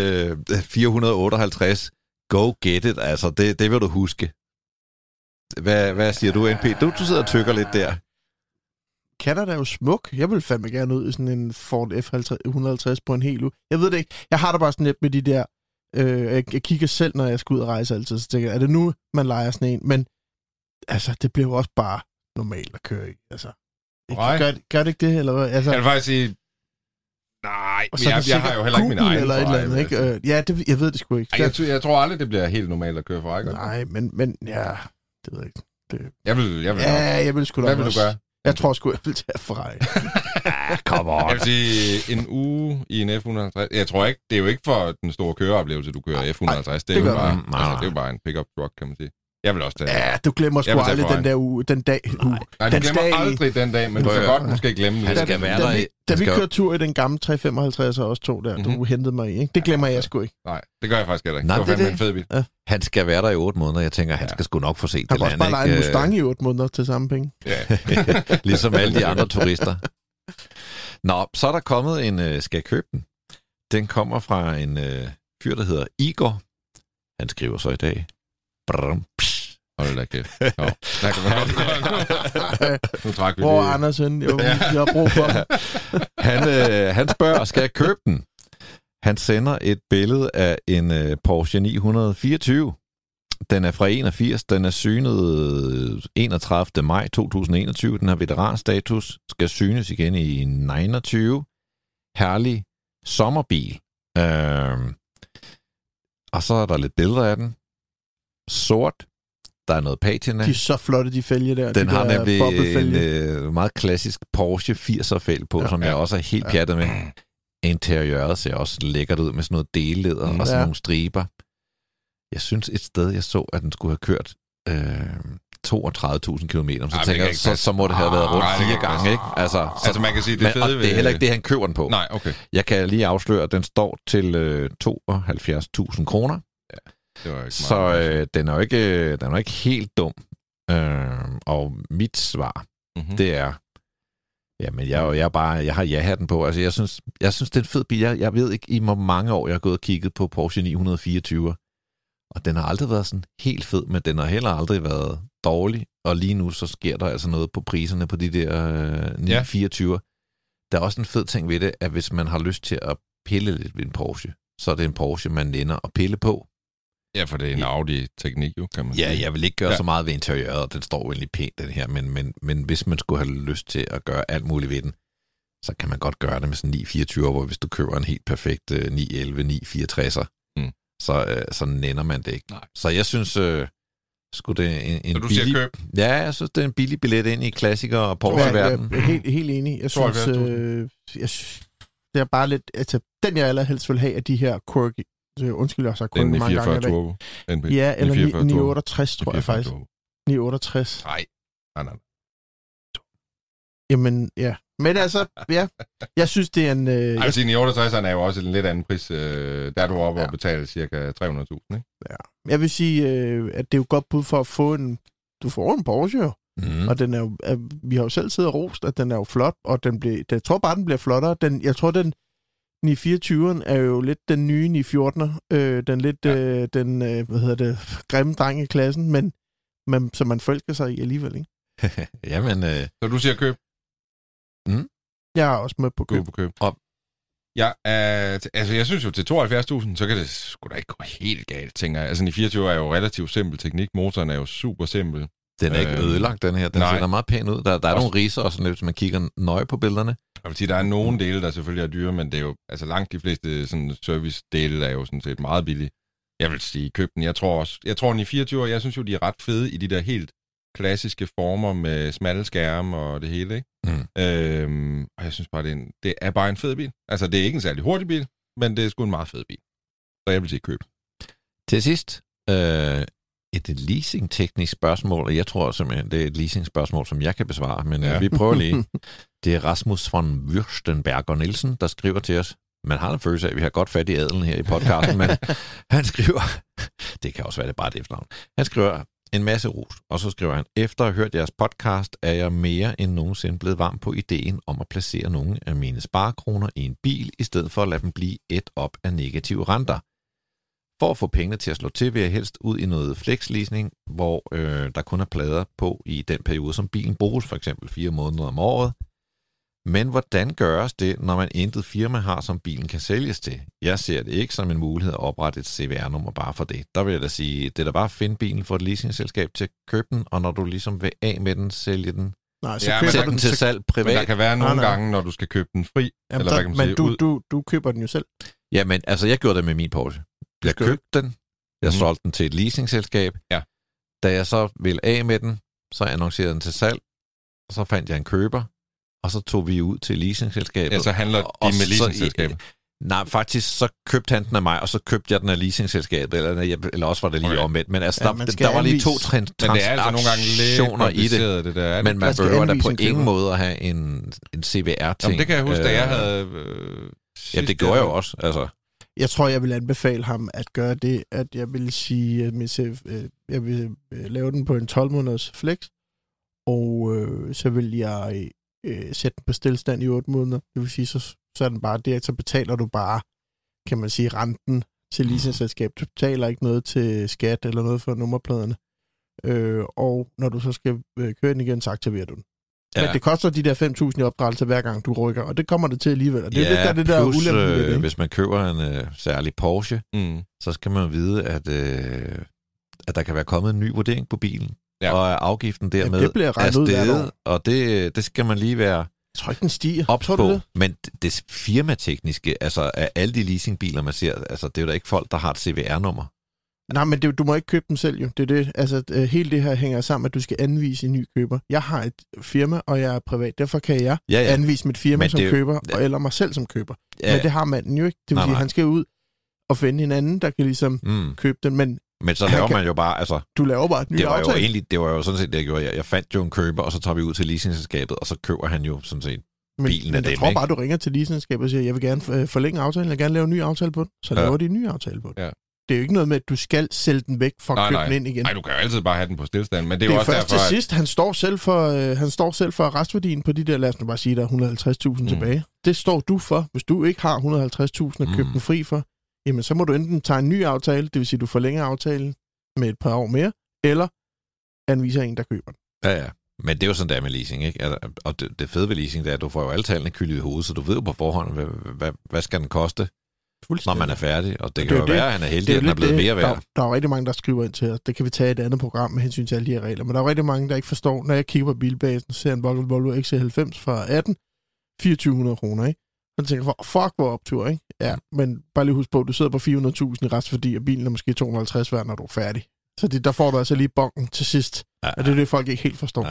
458. Go get it, altså. Det vil du huske. Hvad siger du, NP? Du sidder og tykker lidt der. Canada er jo smuk. Jeg vil fandme gerne ud i sådan en Ford F150 på en hel uge. Jeg ved det ikke. Jeg har da bare sådan lidt med de der... jeg kigger selv, når jeg skal ud og rejse altid, så tænker jeg, er det nu, man leger sådan en? Men altså, det bliver jo også bare normalt at køre i, altså. Gør det ikke det, eller hvad? Altså, jeg vil faktisk sige, nej, jeg har jo heller ikke min egen eller et eller andet, ikke? Ja, jeg ved det sgu ikke. Jeg tror aldrig, det bliver helt normalt at køre for rækker. Nej, men ja, det ved jeg ikke. Jeg vil sgu da. Hvad vil du gøre? Jeg tror sgu, jeg vil tage Ferrari. Come on. Jeg vil sige, en uge i en F150. Jeg tror ikke, det er jo ikke for den store køreoplevelse, du kører F150. Det er jo bare en pickup truck, kan man sige. Jeg vil også tage. Ja, du glemmer sgu aldrig den der uge, den dag. Nej, du glemmer aldrig den dag, men du kan godt måske glemme det. Da vi kørte tur i den gamle 355 og også to der, du hentede mig i, ikke? Det glemmer jeg sgu ikke. Nej, det gør jeg faktisk heller ikke. Nej, det var fandme en fed bil. Ja. Han skal være der i 8 måneder. Jeg tænker, han skal sgu nok få set det land. Han kan også bare lege en Mustang i 8 måneder til samme penge. Ja. Ligesom alle de andre turister. Nå, så er der kommet en skal jeg købe den. Den kommer fra en fyr, der hedder Igor. Han skriver så i dag. Hold da kæft. Der kan man godt. Nu trækker vi hvor er Andersen? Jo, jeg har brug for han spørger, skal jeg købe den? Han sender et billede af en Porsche 924. Den er fra 81. Den er synet 31. maj 2021. Den har veteranstatus. Skal synes igen i 29. Herlig sommerbil. Og så er der lidt billeder af den. Sort. Der er noget patina. De er så flotte, de fælge der. Den har nemlig en meget klassisk Porsche 80'er-fælg på, som jeg også er helt pjattet med. Interiøret ser også lækkert ud med sådan noget delleder og sådan nogle striber. Jeg synes et sted, jeg så, at den skulle have kørt 32.000 kilometer. Så tænker jeg, så må det have været rundt 4 gange, ikke? Altså man kan sige, det fede det er heller ikke det, han køber den på. Nej, okay. Jeg kan lige afsløre, at den står til 72.000 kroner. Ja. Det var ikke så den er jo ikke helt dum. Og mit svar, det er, jamen jeg har ja-hatten på. Altså jeg synes det er en fed bil. Jeg ved ikke i hvor mange år jeg har gået og kigget på Porsche 924, og den har aldrig været sådan helt fed, men den har heller aldrig været dårlig. Og lige nu så sker der altså noget på priserne på de der 924. Der er også en fed ting ved det, at hvis man har lyst til at pille lidt ved en Porsche, så er det en Porsche, man nænder at pille på. Ja, for det er en Audi-teknik jo, kan man sige. Ja, jeg vil ikke gøre så meget ved interiøret, og den står jo egentlig pænt, den her, men hvis man skulle have lyst til at gøre alt muligt ved den, så kan man godt gøre det med sådan 924, hvor hvis du køber en helt perfekt 911, 964'er, så nænder man det ikke. Nej. Så jeg synes, Skulle det en Så du billig... siger køb? Ja, jeg synes, det er en billig billet ind i klassiker og Porsche-verden. Jeg er helt enig. Jeg synes, det er bare lidt... Altså, den jeg allerhelst vil have af de her quirky... Undskyld, jeg har sagt quirky mange gange i dag. Turbo. Ja, eller 968, tror jeg faktisk. 968. Nej. Jamen, ja. Men altså, ja. Jeg synes, det er en... Jeg vil sige, 968'eren er jo også en lidt anden pris. Der er du oppe og betale cirka 300.000, ikke? Ja. Jeg vil sige, at det er jo godt bud for at få en... Du får en Porsche, jo. Og den er jo... Vi har jo selv siddet og rost, at den er jo flot, og jeg tror bare, den bliver flottere. Jeg tror, den 924'eren er jo lidt den nye 914'er. Den lidt... grimme dreng i klassen, men som man forelsker sig i alligevel, ikke? Jamen... Så du siger køb? Jeg er også med på køb. Ja, altså jeg synes jo, til 72.000, så kan det sgu da ikke gå helt galt, tænker jeg. Altså, en 24 er jo relativt simpel teknik. Motoren er jo super simpel. Den er ikke ødelagt, den her. Den ser meget pæn ud. Der er nogle riser og sådan lidt, hvis man kigger nøje på billederne. Jeg vil sige, der er nogle dele, der selvfølgelig er dyre, men det er jo, altså langt de fleste sådan service-dele er jo sådan set meget billige. Jeg vil sige, køb den. Jeg tror en i 24, jeg synes jo, de er ret fede i de der helt klassiske former med smalle skærme og det hele, ikke? Og jeg synes bare, det er bare en fed bil. Altså, det er ikke en særlig hurtig bil, men det er sgu en meget fed bil. Så jeg vil sige køb. Til sidst, et leasing-teknisk spørgsmål, og jeg tror simpelthen, det er et leasing-spørgsmål, som jeg kan besvare, men vi prøver lige. Det er Rasmus von Würstenberger Nielsen, der skriver til os. Man har en følelse af, at vi har godt fat i adelen her i podcasten, men han skriver, det kan også være det bare et efternavn, han skriver en masse ros, og så skriver han, efter at have hørt jeres podcast, er jeg mere end nogensinde blevet varm på ideen om at placere nogle af mine sparekroner i en bil, i stedet for at lade dem blive et op af negative renter. For at få pengene til at slå til, vil jeg helst ud i noget flexleasing, hvor der kun er plader på i den periode, som bilen bruges, for eksempel 4 måneder om året. Men hvordan gøres det, når man intet firma har, som bilen kan sælges til? Jeg ser det ikke som en mulighed at oprette et CVR-nummer bare for det. Der vil jeg da sige, det er da bare at finde bilen for et leasingselskab til at købe den, og når du ligesom vil af med den, sælge den. Nej, så sæt den til salg privat. Men der kan være nogle gange, når du skal købe den fri. Jamen, eller hvad kan man sige, du køber den jo selv. Jamen, altså jeg gjorde det med min Porsche. Jeg købte den, jeg solgte den til et leasingselskab. Ja. Da jeg så ville af med den, så annoncerede den til salg, og så fandt jeg en køber, og så tog vi ud til leasingselskabet. Ja, så handler de med leasingselskabet? Nej, faktisk så købte han den af mig, og så købte jeg den af leasingselskabet, eller også var det lige omvendt. Men altså, der var lige 2 transaktioner i det. Det der. Men man behøver da på ingen måde at have en CVR-ting. Jamen, det kan jeg huske, da jeg havde... ja, det gjorde jeg jo også, altså. Jeg tror, jeg vil anbefale ham at gøre det, at jeg vil sige, at jeg vil lave den på en 12-måneders flex, og så vil jeg sætte den på stillestand i 8 måneder. Det vil sige, så er den bare der, så betaler du bare, kan man sige, renten til leasingselskab. Du betaler ikke noget til skat eller noget for nummerpladerne. Og når du så skal køre den igen, så aktiverer du den. Ja. Men det koster de der 5.000 i opdrættelse hver gang du rykker, og det kommer det til alligevel. Og det er det der ulempe. Hvis man køber en særlig Porsche, så skal man vide, at der kan være kommet en ny vurdering på bilen. Ja. Og afgiften dermed er steget, og det skal man lige være... Jeg tror ikke, den stiger. Ops på. Men det firmatekniske, altså af alle de leasingbiler, man ser, altså det er jo da ikke folk, der har et CVR-nummer. Nej, men du må ikke købe dem selv jo. Det er det. Altså, hele det her hænger sammen, at du skal anvise en ny køber. Jeg har et firma, og jeg er privat. Derfor kan jeg anvise mit firma som køber, eller mig selv som køber. Ja. Men det har manden jo ikke. Det vil sige, at han skal ud og finde en anden, der kan ligesom købe den. Men så laver man jo bare, altså... Du laver bare et ny aftale. Det var jo sådan set det, jeg gjorde. Jeg fandt jo en køber, og så tager vi ud til leasingselskabet, og så køber han jo sådan set bilen af dem. Jeg tror bare, du ringer til leasingselskabet og siger, jeg vil gerne forlænge aftalen, jeg vil gerne lave en ny aftale på den. Så laver de en ny aftale på den. Ja. Det er jo ikke noget med, at du skal sælge den væk for at købe den ind igen. Nej, du kan jo altid bare have den på stillestand, men det er jo også først derfor, til sidst, han står selv for restværdien på de der, lad os nu bare sige, der er 150.000 tilbage. Det står du for. Hvis du ikke har 150.000 at købe den fri for, jamen så må du enten tage en ny aftale, det vil sige, du forlænger aftalen med et par år mere, eller anviser en, der køber den. Ja. Men det er jo sådan der med leasing, ikke? Og det fede ved leasing, det er, at du får jo alle tallene kyldet i hovedet, så du ved jo på forhånd, hvad skal den koste, når man er færdig. Og det kan jo være, at han er heldig, at den er blevet mere værd. Der er rigtig mange, der skriver ind til os. Det kan vi tage i et andet program med hensyn til alle de her regler. Men der er rigtig mange, der ikke forstår, når jeg kigger på bilbasen, ser en Volvo XC90 fra 18, 2.400 kroner, ikke? Så tænker jeg, fuck, hvor optur, ikke? Ja, men bare lige husk på, at du sidder på 400.000 i restværdi, og bilen er måske 250 værd, når du er færdig. Så der får du altså lige bonken til sidst. Ja. Og det er det, folk ikke helt forstår. Ja.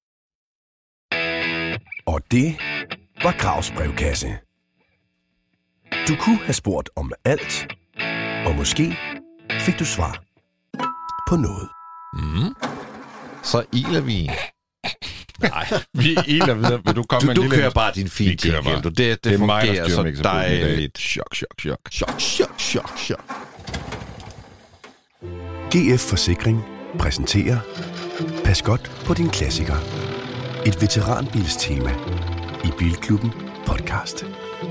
Og det var Gravs brevkasse. Du kunne have spurgt om alt, og måske fik du svar på noget. Så iler vi. Nej, vi iler videre. Vil du komme med en lille... Du kører bare din fint jingle. Det fungerer mig, så dejligt. Chok. GF Forsikring præsenterer Pas godt på din klassiker. Et veteranbilstema i Bilklubben podcast.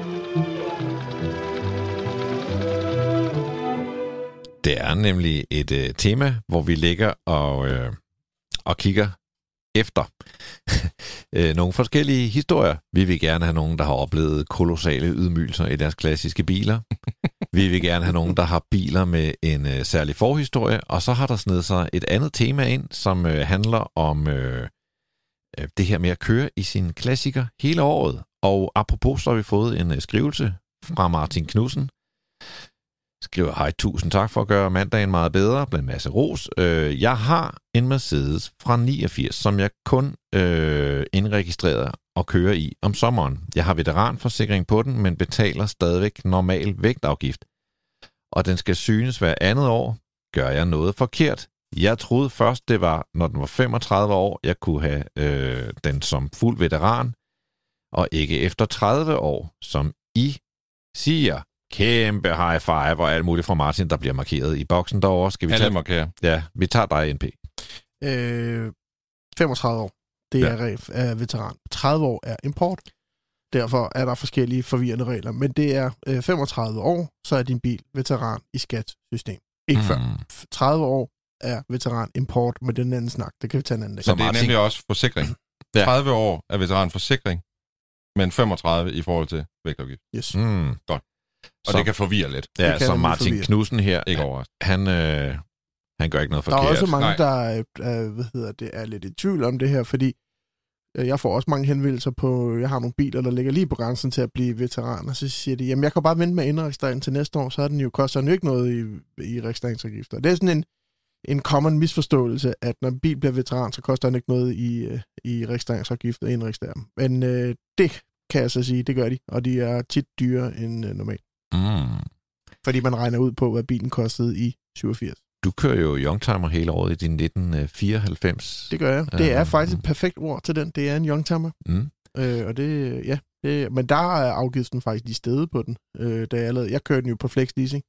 Det er nemlig et tema, hvor vi ligger og kigger efter nogle forskellige historier. Vi vil gerne have nogen, der har oplevet kolossale ydmygelser i deres klassiske biler. Vi vil gerne have nogen, der har biler med en særlig forhistorie. Og så har der snedet sig et andet tema ind, som handler om det her med at køre i sin klassiker hele året. Og apropos, så har vi fået en skrivelse fra Martin Knudsen. Skriver, hej, tusind tak for at gøre mandagen meget bedre, blandt en masse ros. Jeg har en Mercedes fra 89, som jeg kun indregistrerer og kører i om sommeren. Jeg har veteranforsikring på den, men betaler stadigvæk normal vægtafgift. Og den skal synes hver andet år. Gør jeg noget forkert? Jeg troede først, det var, når den var 35 år, jeg kunne have den som fuld veteran, og ikke efter 30 år, som I siger. Kæmpe high five og alt muligt fra Martin, der bliver markeret i boksen derovre. Skal vi alle markerer. Ja, vi tager dig, NP. 35 år, det er veteran. 30 år er import. Derfor er der forskellige forvirrende regler. Men det er 35 år, så er din bil veteran i skatsystem. Ikke før. 30 år er veteran import med den anden snak. Det kan vi tage en anden dag. Så det er nemlig også forsikring. 30 år er veteran forsikring, men 35 i forhold til vægtafgift. Yes. Godt. Og det kan forvirre lidt. Ja, som Martin Knudsen her, ikke overrasket. Han gør ikke noget forkert. Der er også mange, der er lidt i tvivl om det her, fordi jeg får også mange henvendelser på, jeg har nogle biler, der ligger lige på grænsen til at blive veteran, og så siger de, jamen jeg kan bare vente med indregistreringen til næste år, så er koster den jo ikke noget i registreringsafgifter. Det er sådan en common misforståelse, at når en bil bliver veteran, så koster den ikke noget i registreringsafgifter at indregistrere dem. Men det kan jeg så sige, det gør de, og de er tit dyrere end normalt. Fordi man regner ud på, hvad bilen kostede i 87. Du kører jo Youngtimer hele året i din 1994. Det gør jeg. Det er faktisk et perfekt ord til den. Det er en Youngtimer. Og men der er afgiften faktisk lige steget på den. Jeg kørte den jo på Flex Leasing.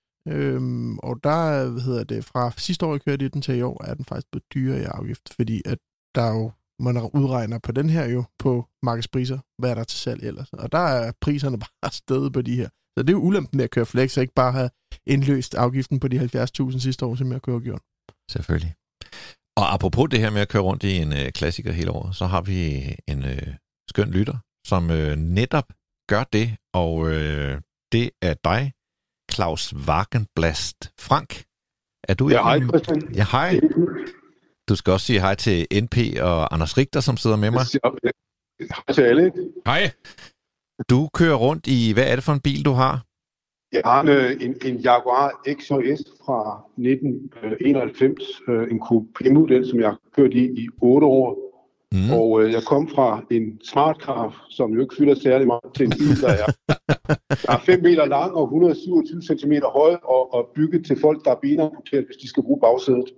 Og der, fra sidste år, jeg kørte den til i år, er den faktisk blevet dyrere i afgift. Fordi at der er jo, man udregner på den her jo på markedspriser, hvad er der til salg ellers. Og der er priserne bare steget på de her. Så det er jo ulempen med at køre Flex, og ikke bare have indløst afgiften på de 70.000 sidste år, som jeg kunne have gjort. Selvfølgelig. Og apropos det her med at køre rundt i en klassiker hele året, så har vi en skøn lytter, som netop gør det, og det er dig, Claus Wagenblast Frank. Er du hej, Christian. Ja, hej. Du skal også sige hej til NP og Anders Richter, som sidder med mig. Hej til alle. Hej. Du kører rundt i, hvad er det for en bil, du har? Jeg har en Jaguar XJS fra 1991, en coupé-model, som jeg har kørt i 8 år. Og jeg kom fra en smart car, som jo ikke fylder særlig meget, til en bil, der er 5 meter lang og 127 cm høj, og bygget til folk, der er benamputeret, hvis de skal bruge bagsædet.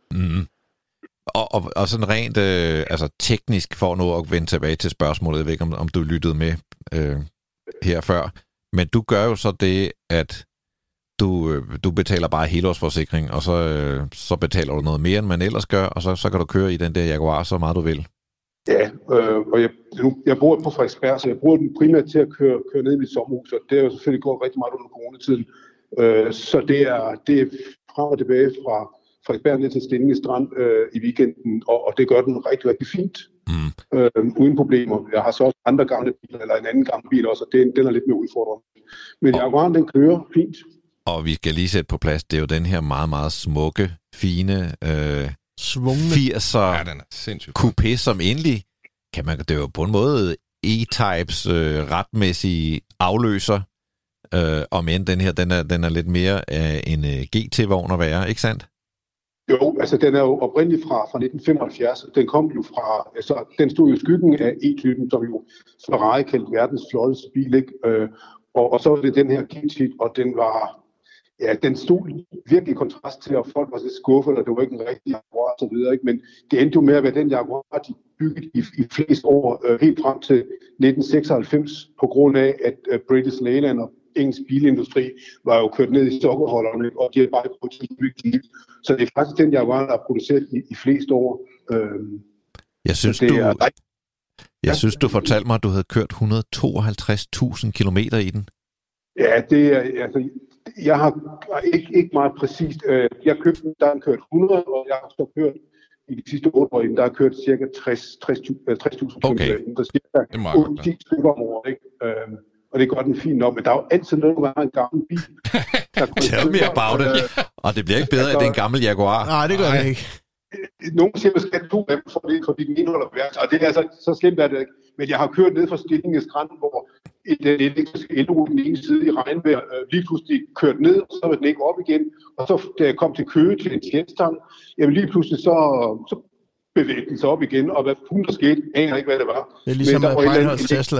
Og sådan rent teknisk, for nu at vende tilbage til spørgsmålet, jeg ved ikke, om du lyttede med her før, men du gør jo så det, at du betaler bare helårsforsikring, og så betaler du noget mere, end man ellers gør, og så kan du køre i den der Jaguar så meget du vil. Ja, og jeg bor på Frederiksberg, så jeg bruger den primært til at køre ned i mit sommerhus, og det er jo selvfølgelig gået rigtig meget under coronatiden. Så det er frem og tilbage fra Frederiksberg ned til Stindinge Strand i weekenden, og det gør den rigtig, rigtig fint. Uden problemer. Jeg har så også andre gamle biler, eller en anden gammel bil også, og den er lidt mere udfordrende. Men Jaguaren, den kører fint. Og vi skal lige sætte på plads, det er jo den her meget, meget smukke, fine 80'er coupé, som endelig, det er jo på en måde E-Types retmæssige afløser, om end den her, den er lidt mere en GT-vogn at være, ikke sandt? Jo, altså den er jo oprindeligt fra 1975. Den kom jo fra, altså den stod jo i skyggen af E-typen, som jo Ferrari kaldte verdens flotteste bil, ikke? Og så var det den her GT, og den var, ja, den stod virkelig i kontrast til, at folk var lidt skuffet, og det var ikke en rigtig Jaguar og så videre, ikke? Men det endte jo med at være den Jaguar, de byggede i flest år, helt frem til 1996, på grund af, at British Leyland og engelsk bilindustri var jo kørt ned i sokkerholderne, og de har bare ikke kunnet bygge det. Så det er faktisk den Jaguar, der er produceret i flest år. Jeg synes, du fortalte mig, at du havde kørt 152.000 kilometer i den. Ja, det er, altså, jeg har ikke meget præcist. Jeg købte den, der har kørt 100, og jeg har så kørt i de sidste 8 år, der har kørt cirka 60.000 okay. kilometer. Så cirka 10 stykker om året, ikke? Og det er godt en fin nok, men der er jo altid noget, der er en gammel bil. Tell me about it. Og det bliver ikke bedre, at det er en gammel Jaguar. Nej, det gør det ikke. Nogle siger, at man skal 2 af dem, fordi den indeholder værts. Og det er altså, så slemt er det ikke. Men jeg har kørt ned fra Stillinge Strand, hvor den elektriske elrulle den ene side i regnvejr lige pludselig kørt ned, og så var den ikke op igen. Og så da jeg kom til Køge til en tjenestang, jamen lige pludselig så bevægede den sig op igen, og hvad der skete, aner ikke, hvad det var. Det er ligesom at Breinholtz Tesla.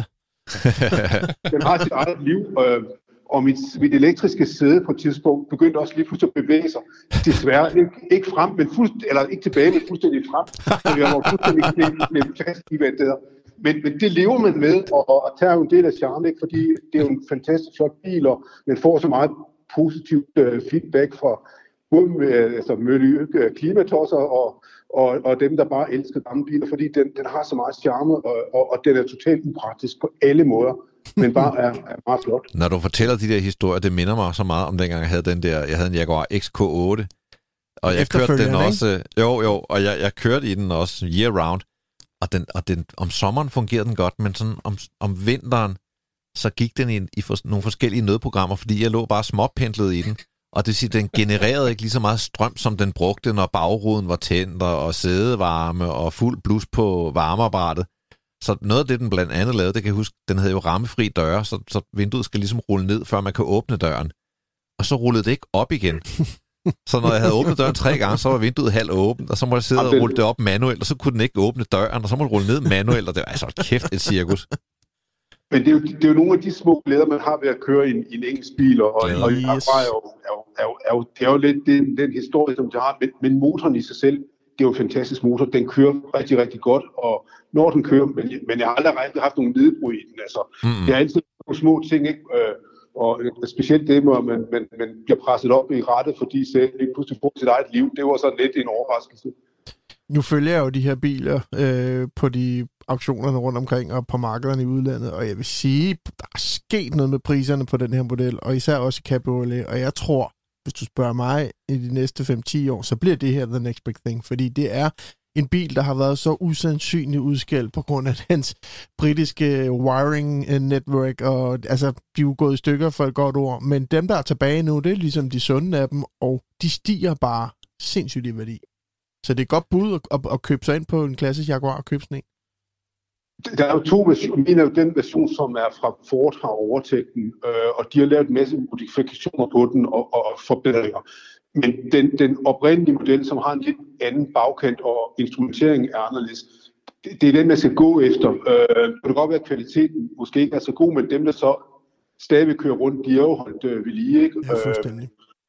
Den har sit eget liv, og mit elektriske sæde på et tidspunkt begyndte også lige pludselig at bevæge sig. Desværre ikke frem, men eller ikke tilbage, men fuldstændig frem. Så jeg var fuldstændig klemt fast i, hvad det er. Men det lever man med, og tager jo en del af charmen, ikke? Fordi det er jo en fantastisk flot bil, og man får så meget positivt feedback fra både miljø, klimatosser og dem, der bare elsker gamle biler, fordi den har så meget charme, og den er totalt upraktisk på alle måder, men bare er meget flot. Når du fortæller de der historier, det minder mig så meget om dengang, jeg havde en Jaguar XK8, og jeg kørte den også, og jeg kørte i den også year round, og den om sommeren fungerede den godt, men sådan om vinteren, så gik den i nogle forskellige nødprogrammer, fordi jeg lå bare småpendlet i den. Og det vil sige, den genererede ikke lige så meget strøm, som den brugte, når bagruden var tændt, og sædevarme, og fuld blus på varmeapparatet. Så noget af det, den blandt andet lavede, det kan jeg huske, den havde jo rammefri døre, så vinduet skal ligesom rulle ned, før man kan åbne døren. Og så rullede det ikke op igen. Så når jeg havde åbnet døren 3 gange, så var vinduet halvt åbent, og så måtte jeg sidde og rulle det op manuelt, og så kunne den ikke åbne døren, og så måtte jeg rulle ned manuelt, og det var altså kæft et cirkus. Men det er jo nogle af de små glæder, man har ved at køre i en engelsk bil, og det er jo lidt den historie, som det har, men motoren i sig selv, det er jo en fantastisk motor. Den kører rigtig, rigtig godt, og når den kører, men jeg har aldrig haft nogen nedbrud i den. Altså, det er altid nogle små ting, ikke? Og specielt det, hvor man bliver presset op i rattet, fordi selv lige pludselig får sit eget liv, det var sådan lidt en overraskelse. Nu følger jeg jo de her biler på de auktionerne rundt omkring og på markederne i udlandet, og jeg vil sige, der er sket noget med priserne på den her model, og især også i cabriolet, og jeg tror, hvis du spørger mig i de næste 5-10 år, så bliver det her the next big thing, fordi det er en bil, der har været så usandsynligt udskældt på grund af dens britiske wiring network, og altså, de er jo gået i stykker for et godt ord, men dem, der er tilbage nu, det er ligesom de sunde af dem, og de stiger bare sindssygt i værdi. Så det er et godt bud at købe sig ind på en klassisk Jaguar og købe sådan en. Der er jo 2 versioner. Min er jo den version, som er fra Ford, har overtaget den, og de har lavet en masse modifikationer på den og forbedringer. Men den oprindelige model, som har en lidt anden bagkant og instrumentering er anderledes, det er den, man skal gå efter. Det kan godt være, at kvaliteten måske ikke er så god, men dem, der så stadig kører rundt, de er jo holdt ved lige, ikke? Ja, fuldstændig.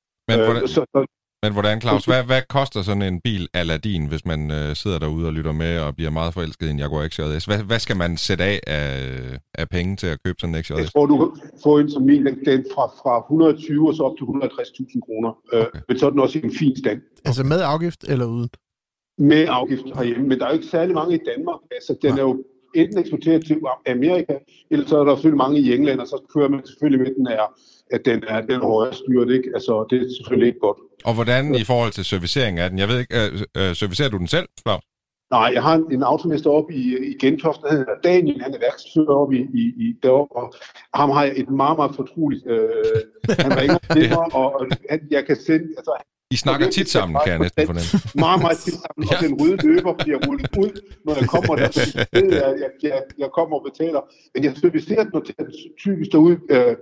Men hvordan, Claus, hvad koster sådan en bil a la din, hvis man sidder derude og lytter med og bliver meget forelsket i en Jaguar XJS? Hvad skal man sætte af penge til at købe sådan en XJS? Jeg tror, du kan få en som min, den fra 120 og så op til 150.000 kroner. Okay. Men så er den også i en fin stand. Altså med afgift eller uden? Med afgift herhjemme, men der er jo ikke særlig mange i Danmark. Altså, den er jo enten eksporteret til Amerika, eller så er der selvfølgelig mange i England, og så kører man selvfølgelig med den her, at den er højere styret, ikke? Altså, det er selvfølgelig ikke godt. Og hvordan i forhold til servicering af den? Jeg ved ikke, servicerer du den selv, Claus? Nej, jeg har en automester oppe i Gentofte, der hedder Daniel, han er værksfører oppe deroppe, og ham har jeg et meget, meget fortroligt. Han ringer til mig, og jeg kan sende... Altså, I snakker tit sammen, kan jeg næsten fornemme. Meget, meget tit sammen, og den røde løber bliver rullet ud, når jeg kommer der. Jeg kommer og betaler, men jeg servicerer den typisk derude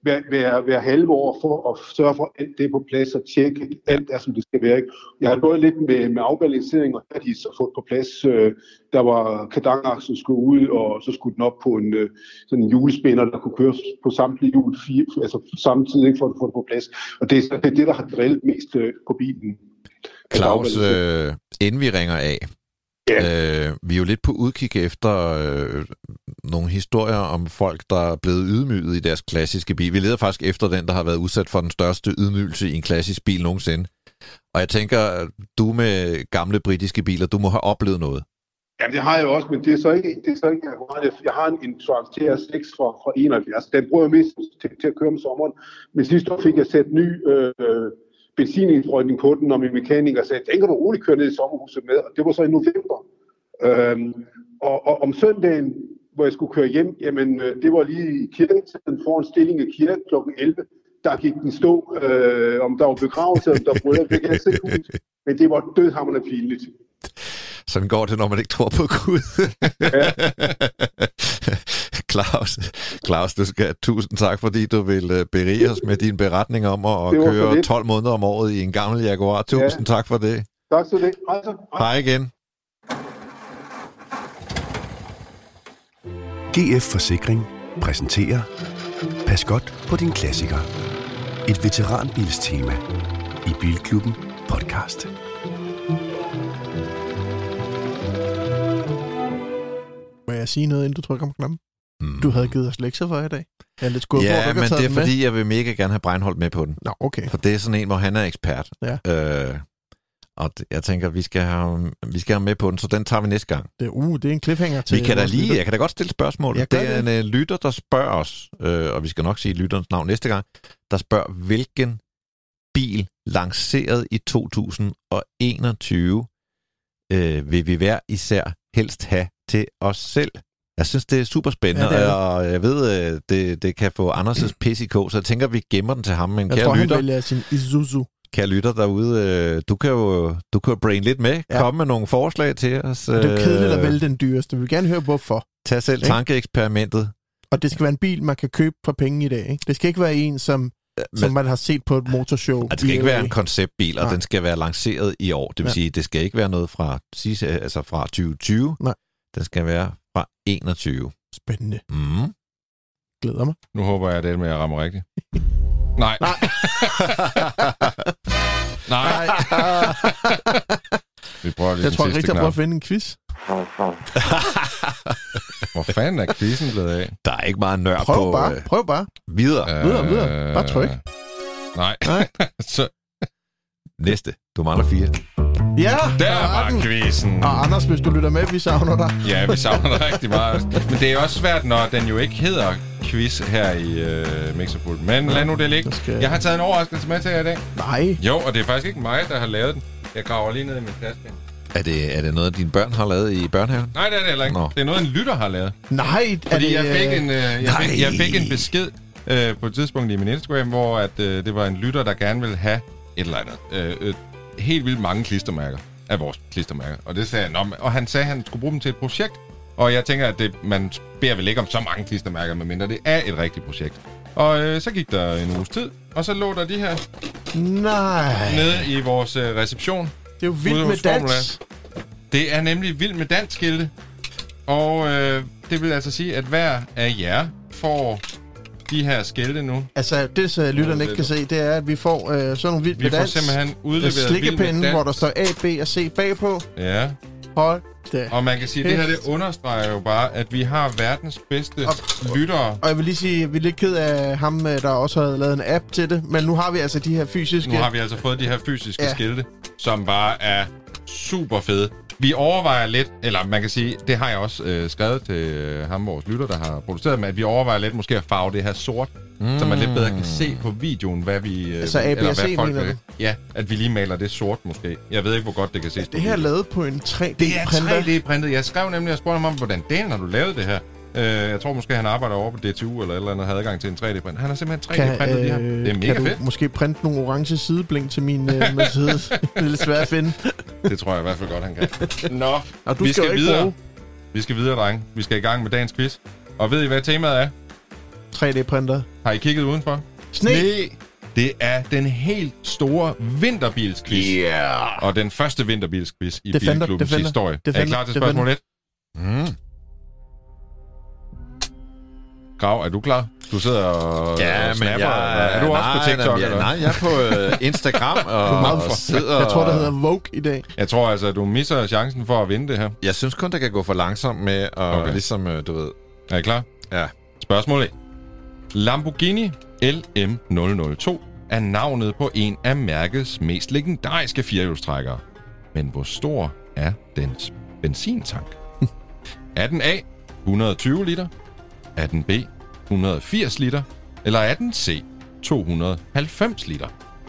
hver halve år for at sørge for, at alt det er på plads og tjekke, at alt er, som det skal være. Ikke? Jeg har gået lidt med afbalancering, og har de så fået på plads. Der var kadangaksen skulle ud, og så skulle den op på sådan en hjulespænder, der kunne køres på samtlige hjul, altså samtidig, ikke, for at få det på plads. Og det er det, der har drillet mest på bilen. Claus, inden vi ringer af, vi er jo lidt på udkig efter nogle historier om folk, der er blevet ydmyget i deres klassiske bil. Vi leder faktisk efter den, der har været udsat for den største ydmygelse i en klassisk bil nogensinde. Og jeg tænker, du med gamle britiske biler, du må have oplevet noget. Jamen, det har jeg også, men det er så ikke jeg har en Trans TR6 fra 71. Den bruger jeg mest til at køre om sommeren. Men sidste år fik jeg sat ny benzinindsprøjtning på den, og min mekaniker sagde, den kan du roligt køre ned i sommerhuset med, og det var så i november. Og om søndagen, hvor jeg skulle køre hjem, jamen, det var lige i kirketiden foran stilling i kirke kl. 11, der gik den stå, om der var begravelse, om der var bryllup, det kan jeg ikke ud, men det var dødhamrende pinligt. Sådan går det, når man ikke tror på Gud. Ja. Claus, du skal tusind tak, fordi du vil berige os med din beretning om at køre 12 måneder om året i en gammel Jaguar. Tusind tak for det. Tak for det. Hej igen. GF Forsikring præsenterer Pas godt på din klassiker. Et veteranbilstema i Bilklubben podcast. Må jeg sige noget, inden du trykker på knappen? Du havde givet os lektier for i dag. Jeg er lidt skuffet over, men det er fordi, jeg vil mega gerne have Breinholt med på den. Nå, okay. For det er sådan en, hvor han er ekspert. Ja. Og jeg tænker, vi skal have med på den, så den tager vi næste gang. Det er en cliffhanger til... Jeg kan da godt stille spørgsmål. Det er en lytter, der spørger os, og vi skal nok sige lytterens navn næste gang, der spørger, hvilken bil lanceret i 2021 vil vi hver især helst have til os selv. Jeg synes, det er super spændende, og jeg ved, det kan få Anders' pis i kog, så jeg tænker, vi gemmer den til ham. Men jeg tror, han vælger sin Isuzu. Kære lytter derude, du kan jo brain lidt med, komme med nogle forslag til os. Det er jo kedeligt at vælge den dyreste. Vi vil gerne høre, hvorfor. Tag selv tankeeksperimentet. Og det skal være en bil, man kan købe for penge i dag, ikke? Det skal ikke være en, som man har set på et motorshow. Det skal ikke være en konceptbil, og den skal være lanceret i år. Det vil sige, det skal ikke være noget fra 2020. Nej. Den skal være fra 21. Spændende. Glæder mig. Nu håber jeg, at det er med at ramme rigtigt. Nej. Nej. Vi prøver lige jeg tror ikke, jeg prøver at finde en quiz. Hvor fanden er quizzen blevet af? Der er ikke meget nørd på... Prøv bare. Videre. Bare tryk. Nej. Så. Næste. Du mangler 4. Ja, der var quizzen. Og Anders, hvis du lytter med, vi savner dig. Ja, vi savner dig rigtig meget. Men det er også svært, når den jo ikke hedder quiz her i Mixerpool. Men lad nu det ligge. Jeg har taget en overraskelse med til jer i dag. Nej. Jo, og det er faktisk ikke mig, der har lavet den. Jeg graver lige ned i min taske. Er det noget, dine børn har lavet i børnehaven? Nej, det er det heller ikke. Det er noget, en lytter har lavet. Nej. Fordi jeg fik en besked på et tidspunkt i min Instagram, hvor at, det var en lytter, der gerne ville have et eller andet. Helt vildt mange klistermærker af vores klistermærker. Og det sagde han. Og han sagde, at han skulle bruge dem til et projekt. Og jeg tænker, at man beder vel ikke om så mange klistermærker, medmindre det er et rigtigt projekt. Og så gik der en uges tid, og så lå der de her nede i vores reception. Det er jo vildt med dans. Det er nemlig vildt med dans-skilte. Og det vil altså sige, at hver af jer får de her skilte nu. Altså, det så lytterne ikke kan se, det er, at vi får sådan nogle vildt med dans. Vi får simpelthen udleveret slikkepinde, hvor der står A, B og C bagpå. Ja. Hold det. Og man kan sige, at det her, det understreger jo bare, at vi har verdens bedste lyttere. Og jeg vil lige sige, at vi er lidt ked af ham, der også havde lavet en app til det, men nu har vi altså de her fysiske... Nu har vi altså fået de her fysiske skilte, som bare er super fede. Vi overvejer lidt, eller man kan sige, det har jeg også skrevet til ham, vores lytter, der har produceret med, at vi overvejer lidt måske at farve det her sort, så man lidt bedre kan se på videoen, hvad vi... Altså ABS-C, mener du? Ja, at vi lige maler det sort måske. Jeg ved ikke, hvor godt det kan ses. Det her er lavet på en 3D-printer. Det er 3D-printet. Jeg skrev nemlig, jeg spurgte ham om, hvordan delen har du lavet det her? Jeg tror måske, han arbejder over på DTU eller et eller andet, havde adgang til en 3D-print. Han har simpelthen 3D-printet det her. Det er mega fedt. Kan du måske printe nogle orange sideblink til min Mercedes? Det er lidt svært at finde. Det tror jeg i hvert fald godt, han kan. Nå, vi skal videre. Vi skal videre, drenge. Vi skal i gang med dagens quiz. Og ved I, hvad temaet er? 3D-printer. Har I kigget udenfor? Sne! Det er den helt store vinterbilsquiz. Yeah. Og den første vinterbilsquiz i Defender, Bilklubbens Defender, historie. Defender, Er I klar til spørgsmål 1? Grav, er du klar? Du sidder og snapper. Er du også på TikTok? Nej, jeg er på Instagram og sidder... Jeg tror, det hedder Vogue i dag. Jeg tror altså, at du misser chancen for at vinde det her. Jeg synes kun, det kan gå for langsomt med at ligesom, du ved... Er I klar? Ja. Spørgsmål 1. Lamborghini LM002 er navnet på en af mærkets mest legendariske firehjulstrækkere. Men hvor stor er dens benzintank? Er den A, 120 liter? Er den B, 180 liter? Eller er den C, 290 liter?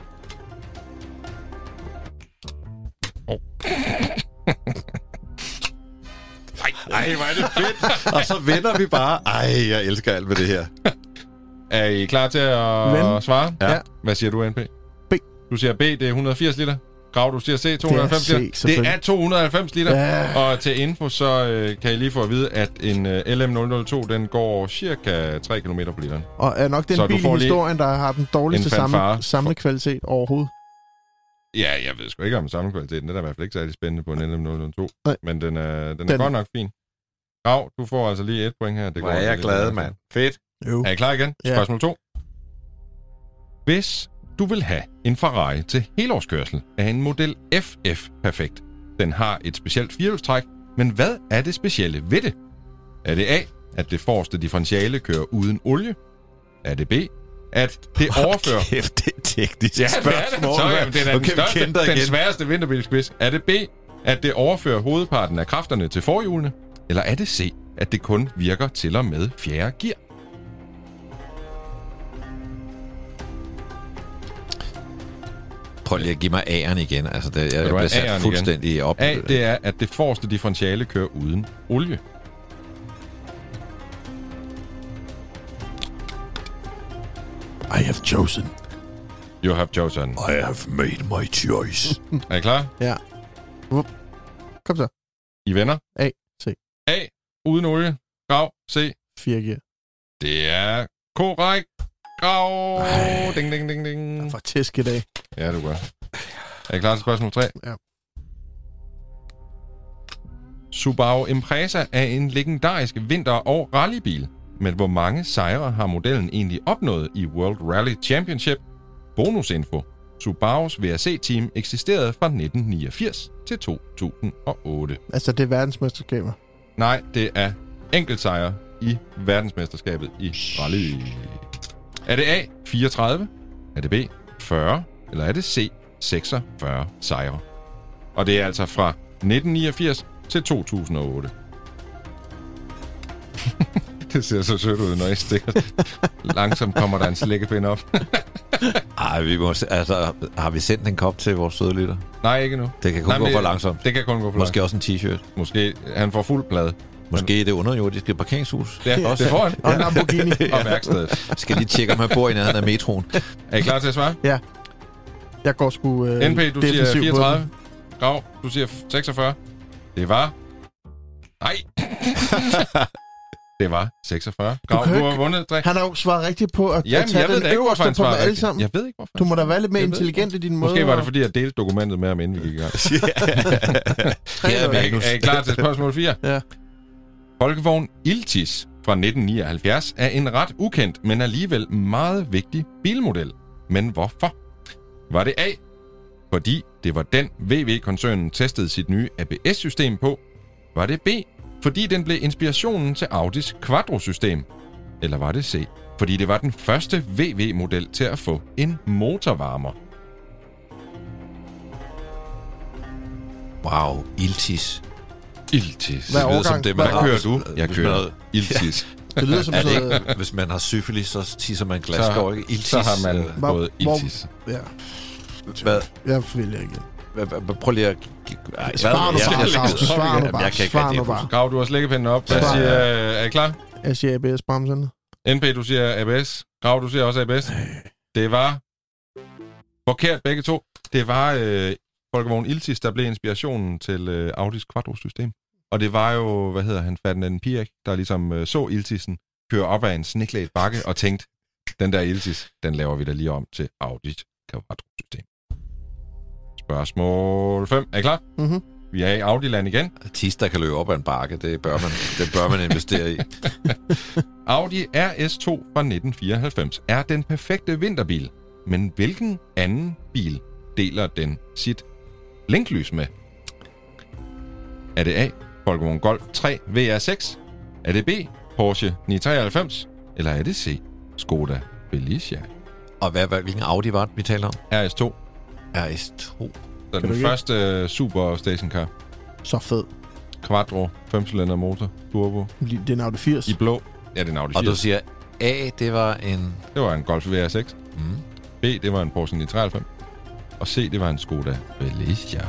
Ej, hvor er det fedt. Og så vender vi bare. Ej, jeg elsker alt ved det her. Er I klar til at svare? Ja. Hvad siger du, NP? B. Du siger B, det er 180 liter. Grav, du siger C, 290 liter. Det er 290 liter. Ja. Og til info, så kan I lige få at vide, at en LM002, den går cirka 3 km på literen. Og er nok den bil i historien, der har den dårligste samlekvalitet overhovedet. Ja, jeg ved sgu ikke om samlekvaliteten. Den er i hvert fald ikke særlig spændende på en LM002. Nej. Men den er godt nok fin. Grav, du får altså lige 1 point her. Det går er jeg glad, mand. Fedt. Er I klar igen? Ja. Spørgsmål 2. Hvis du vil have en Ferrari til helårskørsel, er en model FF perfekt. Den har et specielt firehjulstræk, men hvad er det specielle ved det? Er det A, at det forreste differentiale kører uden olie? Er det B, at det overfører... Kæft, det er teknisk spørgsmål. Det er den sværeste vinterbilsquiz. Er det B, at det overfører hovedparten af kræfterne til forhjulene? Eller er det C, at det kun virker til og med fjerde gear? Prøv lige at give mig A'eren igen. Altså, jeg bliver sat fuldstændig op. A, det er, at det forreste differentiale kører uden olie. I have chosen. You have chosen. I have made my choice. Er I klar? Ja. Kom så. I venner? A, C. A, uden olie. Grav, C. 4 gear. Det er korrekt. Grav. Ding, ding, ding, ding. For tæsk i dag. Ja, du gør. Er I klar til spørgsmål 3? Ja. Subaru Impreza er en legendarisk vinter- og rallybil. Men hvor mange sejre har modellen egentlig opnået i World Rally Championship? Bonusinfo. Subarus VRC-team eksisterede fra 1989 til 2008. Altså, det er verdensmesterskaber. Nej, det er enkeltsejre i verdensmesterskabet i rally. Er det A, 34? Er det B, 40? Eller er det C, 46 sejre? Og det er altså fra 1989 til 2008. Det ser så sødt ud, når I stikker. Langsomt kommer der en slikkepind op. Ej, har vi sendt en kop til vores søde lytter? Nej, ikke nu. Det kan kun gå for langsomt. Det kan kun gå for Måske også en t-shirt. Måske han får fuld plade. Måske det underjordiske parkeringshus. Ja, også det får han. Og en Lamborghini. Og værkstedet. Skal lige tjekke, om han bor i nærheden af metroen. Er I klar til at svare? Ja. Jeg går sgu NP, du siger 34. Grav, du siger 46. Det var... Nej. Det var 46. Grav, du har vundet 3. Han har jo svaret rigtigt på at tage den øverste på dem alle sammen. Jeg ved ikke, hvorfor. Du må da være lidt mere intelligent i din måde. Måske var det, fordi jeg delte dokumentet med ham, inden vi gik i gang. Er I klar til spørgsmål 4? Ja. Folkevogn Iltis fra 1979 er en ret ukendt, men alligevel meget vigtig bilmodel. Men hvorfor? Var det A, fordi det var den VW-koncernen testede sit nye ABS-system på? Var det B, fordi den blev inspirationen til Audis Quattro-system? Eller var det C, fordi det var den første VW-model til at få en motorvarmer? Wow, Iltis. Iltis. Hvad Det lyder som det, man Hvad har. kører du? Jeg kører Iltis. Det lyder som sådan noget... Hvis man har syfilis, så tisser man glasskår, ikke? Iltis. Så har man fået Iltis. Ja. Hvad? Jeg vælger igen. Prøv lige at... Svar nu bare. Grav, du har slikkepinden op. Er I klar? Jeg siger ABS-bremserne. NP, du siger ABS. Grav, du siger også ABS. Det var forkert begge to. Det var Folkevogn Iltis, der blev inspirationen til Audis Quattro-system. Og det var jo, Ferdinand Piëch, der ligesom så Iltisen, køre op ad en sneklædt bakke og tænkte, den der Iltis, den laver vi da lige om til Audis Quattro-system. Spørgsmål 5. Er I klar? Mhm. Vi er i Audi-land igen. Tis, der kan løbe op ad en bakke, det bør man investere i. Audi RS2 fra 1994 er den perfekte vinterbil. Men hvilken anden bil deler den sit blinklys med? Er det A, Volkswagen Golf 3 VR6? Er det B, Porsche 993? Eller er det C, Skoda Felicia? Og hvilken Audi var det, vi taler om? RS2. RS2. Så den første super stationcar. Så fed. Quattro, 5-cylinder motor, turbo. Det er en Audi 80. I blå. Ja, det er en Audi 80. Og du siger A, det var en... Det var en Golf VR6. Mm. B, det var en Porsche 993. Og C, det var en Skoda Felicia.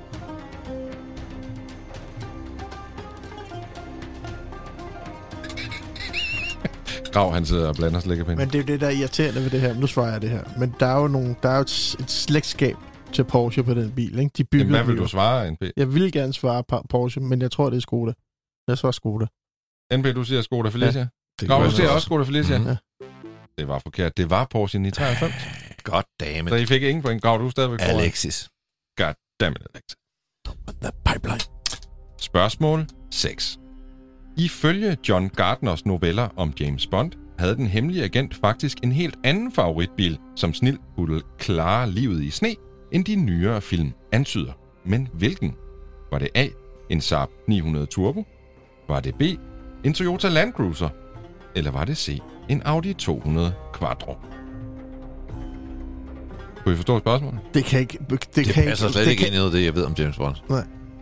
Grav, han sidder og blander slikkepind. Men det er jo det, der er irriterende ved det her. Nu svarer jeg det her. Men der er jo et slægtskab til Porsche på den bil, ikke? De bygger. Men hvad vil du svare, NP? Jeg vil gerne svare Porsche, men jeg tror, det er Skoda. Jeg svarer Skoda. NP, du siger Skoda Felicia? Ja. Grav, du siger også Skoda Felicia? Ja. Det var forkert. Det var Porsche 993. God damn it. Så I fik ingen point. Grav, du stadigvæk foran. Alexis. God damn it, Alexis. The pipeline. Spørgsmål 6. Ifølge John Gardners noveller om James Bond, havde den hemmelige agent faktisk en helt anden favoritbil, som snilt kunne klare livet i sne, end de nyere film antyder. Men hvilken? Var det A, en Saab 900 Turbo? Var det B, en Toyota Land Cruiser? Eller var det C, en Audi 200 Quattro? Kunne I forstå spørgsmålet? Det kan ikke... Det passer slet ikke ind i noget, det jeg ved om James Bond. Nej.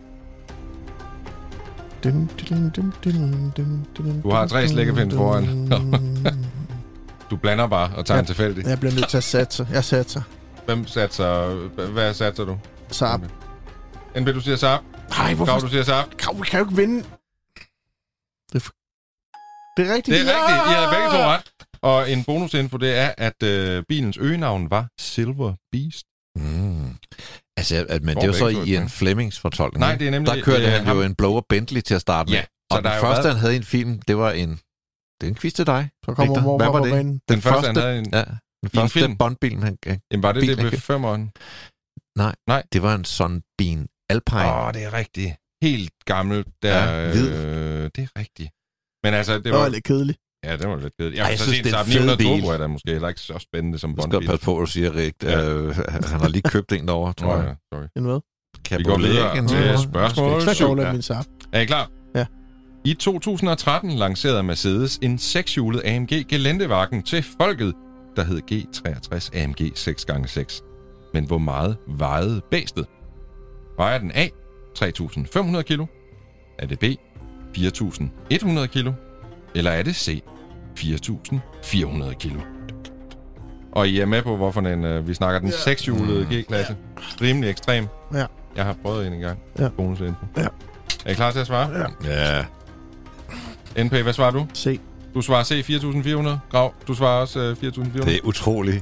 Du har 3 slækkepinde foran. Du blander bare og tager en tilfældig. Jeg bliver nødt til at satse. Jeg satser. Hvem satser? Hvad satser du? Saab. NB, du siger Saab. Nej, hvorfor? Grav, du siger Saab. Grav, vi kan jo ikke vinde. Det er rigtigt. Det er rigtigt. I havde begge to ret. Og en bonusinfo, det er, at bilens øgenavn var Silver Beast. Altså, men det er jo så i en Flemings fortolkning. Nej, det er nemlig... Der kørte han jo en Blower Bentley til at starte med. Ja, og den første, han havde i en film, det var en... Det er en quiz til dig. Så kommer mor Hvad var det? Banen. Den første, han havde en... Ja, den første Bondbil, han... Jamen, var det ved 5'eren? Nej, det var en Sunbeam Alpine. Det er rigtigt. Helt gammel. Der, hvid. Det er rigtigt. Men altså, det var lidt kedeligt. Ja, det var lidt kedeligt. Jeg synes, det er en fed bil. Turbo er der måske heller ikke så spændende som Bondbil. Du skal passe på, at du siger rigtigt. Han har lige købt en derovre, tror jeg. Sorry. En hvad? Vi går videre til spørgsmål 7. Er I klar? Ja. I 2013 lancerede Mercedes en 6-hjulet AMG Geländewagen til folket, der hed G63 AMG 6x6. Men hvor meget vejede bæstet? Vejer den A 3.500 kilo? Er det B 4.100 kilo? Eller er det C 4.400 kilo? Og I er med på, hvorfor vi snakker den 6-hjulede G-klasse. Rimelig ekstrem. Ja. Jeg har prøvet en gang. Ja. Bonusinfo. Ja. Er I klar til at svare? Ja. NP, hvad svarer du? C. Du svarer C 4.400. Grav, du svarer også 4.400. Det er utroligt.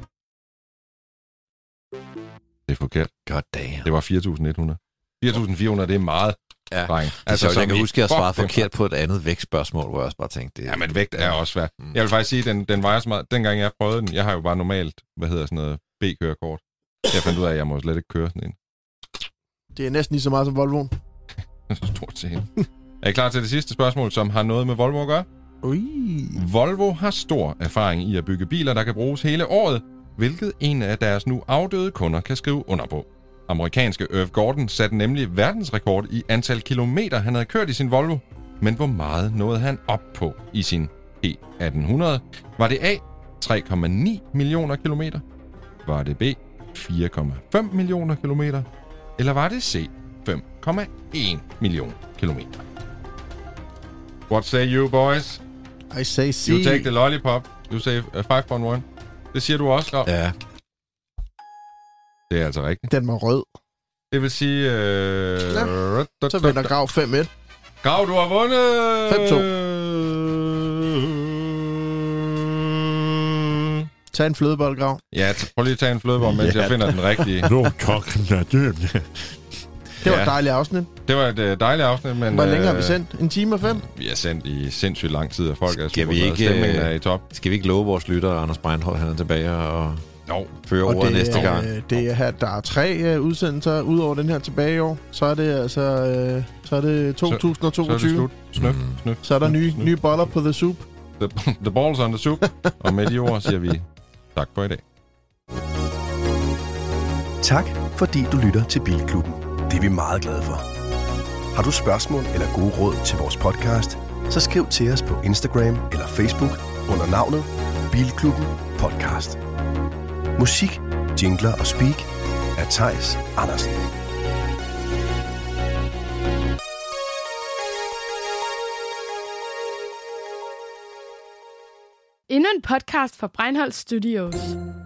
Det er forkert. God damn. Det var 4.100. 4.400, det er meget. Ja, dreng. Altså, jeg kan huske, at jeg svarede forkert på et andet vægtspørgsmål, hvor jeg også bare tænkte... Ja, men vægt er også svært. Jeg vil faktisk sige, at den vejer så meget. Dengang jeg prøvede den, jeg har jo bare normalt, B-kørekort. Jeg fandt ud af, at jeg må slet ikke køre sådan en. Det er næsten lige så meget som Volvoen. Stort set. Er I klar til det sidste spørgsmål, som har noget med Volvo at gøre? Volvo har stor erfaring i at bygge biler, der kan bruges hele året, hvilket en af deres nu afdøde kunder kan skrive under på. Amerikanske Irv Gordon satte nemlig verdensrekord i antal kilometer, han havde kørt i sin Volvo. Men hvor meget nåede han op på i sin E1800? Var det A 3,9 millioner kilometer? Var det B 4,5 millioner kilometer? Eller var det C 5,1 millioner kilometer? What say you, boys? I say C. You take the lollipop. You say 5.1. Det siger du også, Grav. Ja. Det er altså rigtigt. Den var rød. Det vil sige... Så vinder Grav 5-1. Grav, du har vundet! 5-2. Tag en flødebold, Grav. Ja, prøv lige at tage en flødebold, mens jeg finder den rigtige. No talking Det var et dejligt afsnit. Det var et dejligt afsnit, men... Hvor længe har vi sendt? 1 time og 5? Vi har sendt i sindssygt lang tid, og folk er super glade. Stemningen er i top. Skal vi ikke love vores lyttere, Anders Breinholt, han er tilbage og fører ordet næste gang? Det er her, der er 3 udsendelser ud over den her tilbage i år. Så er det altså... Så er det 2022. Så er det slut. Snøf. Så er der nye boller på the soup. The balls on the soup. Og med de ord siger vi tak for i dag. Tak, fordi du lytter til Bilklubben. Det er vi meget glade for. Har du spørgsmål eller gode råd til vores podcast, så skriv til os på Instagram eller Facebook under navnet Bilklubben Podcast. Musik, jingler og speak af Theis Andersen. Endnu en podcast fra Breinholt Studios.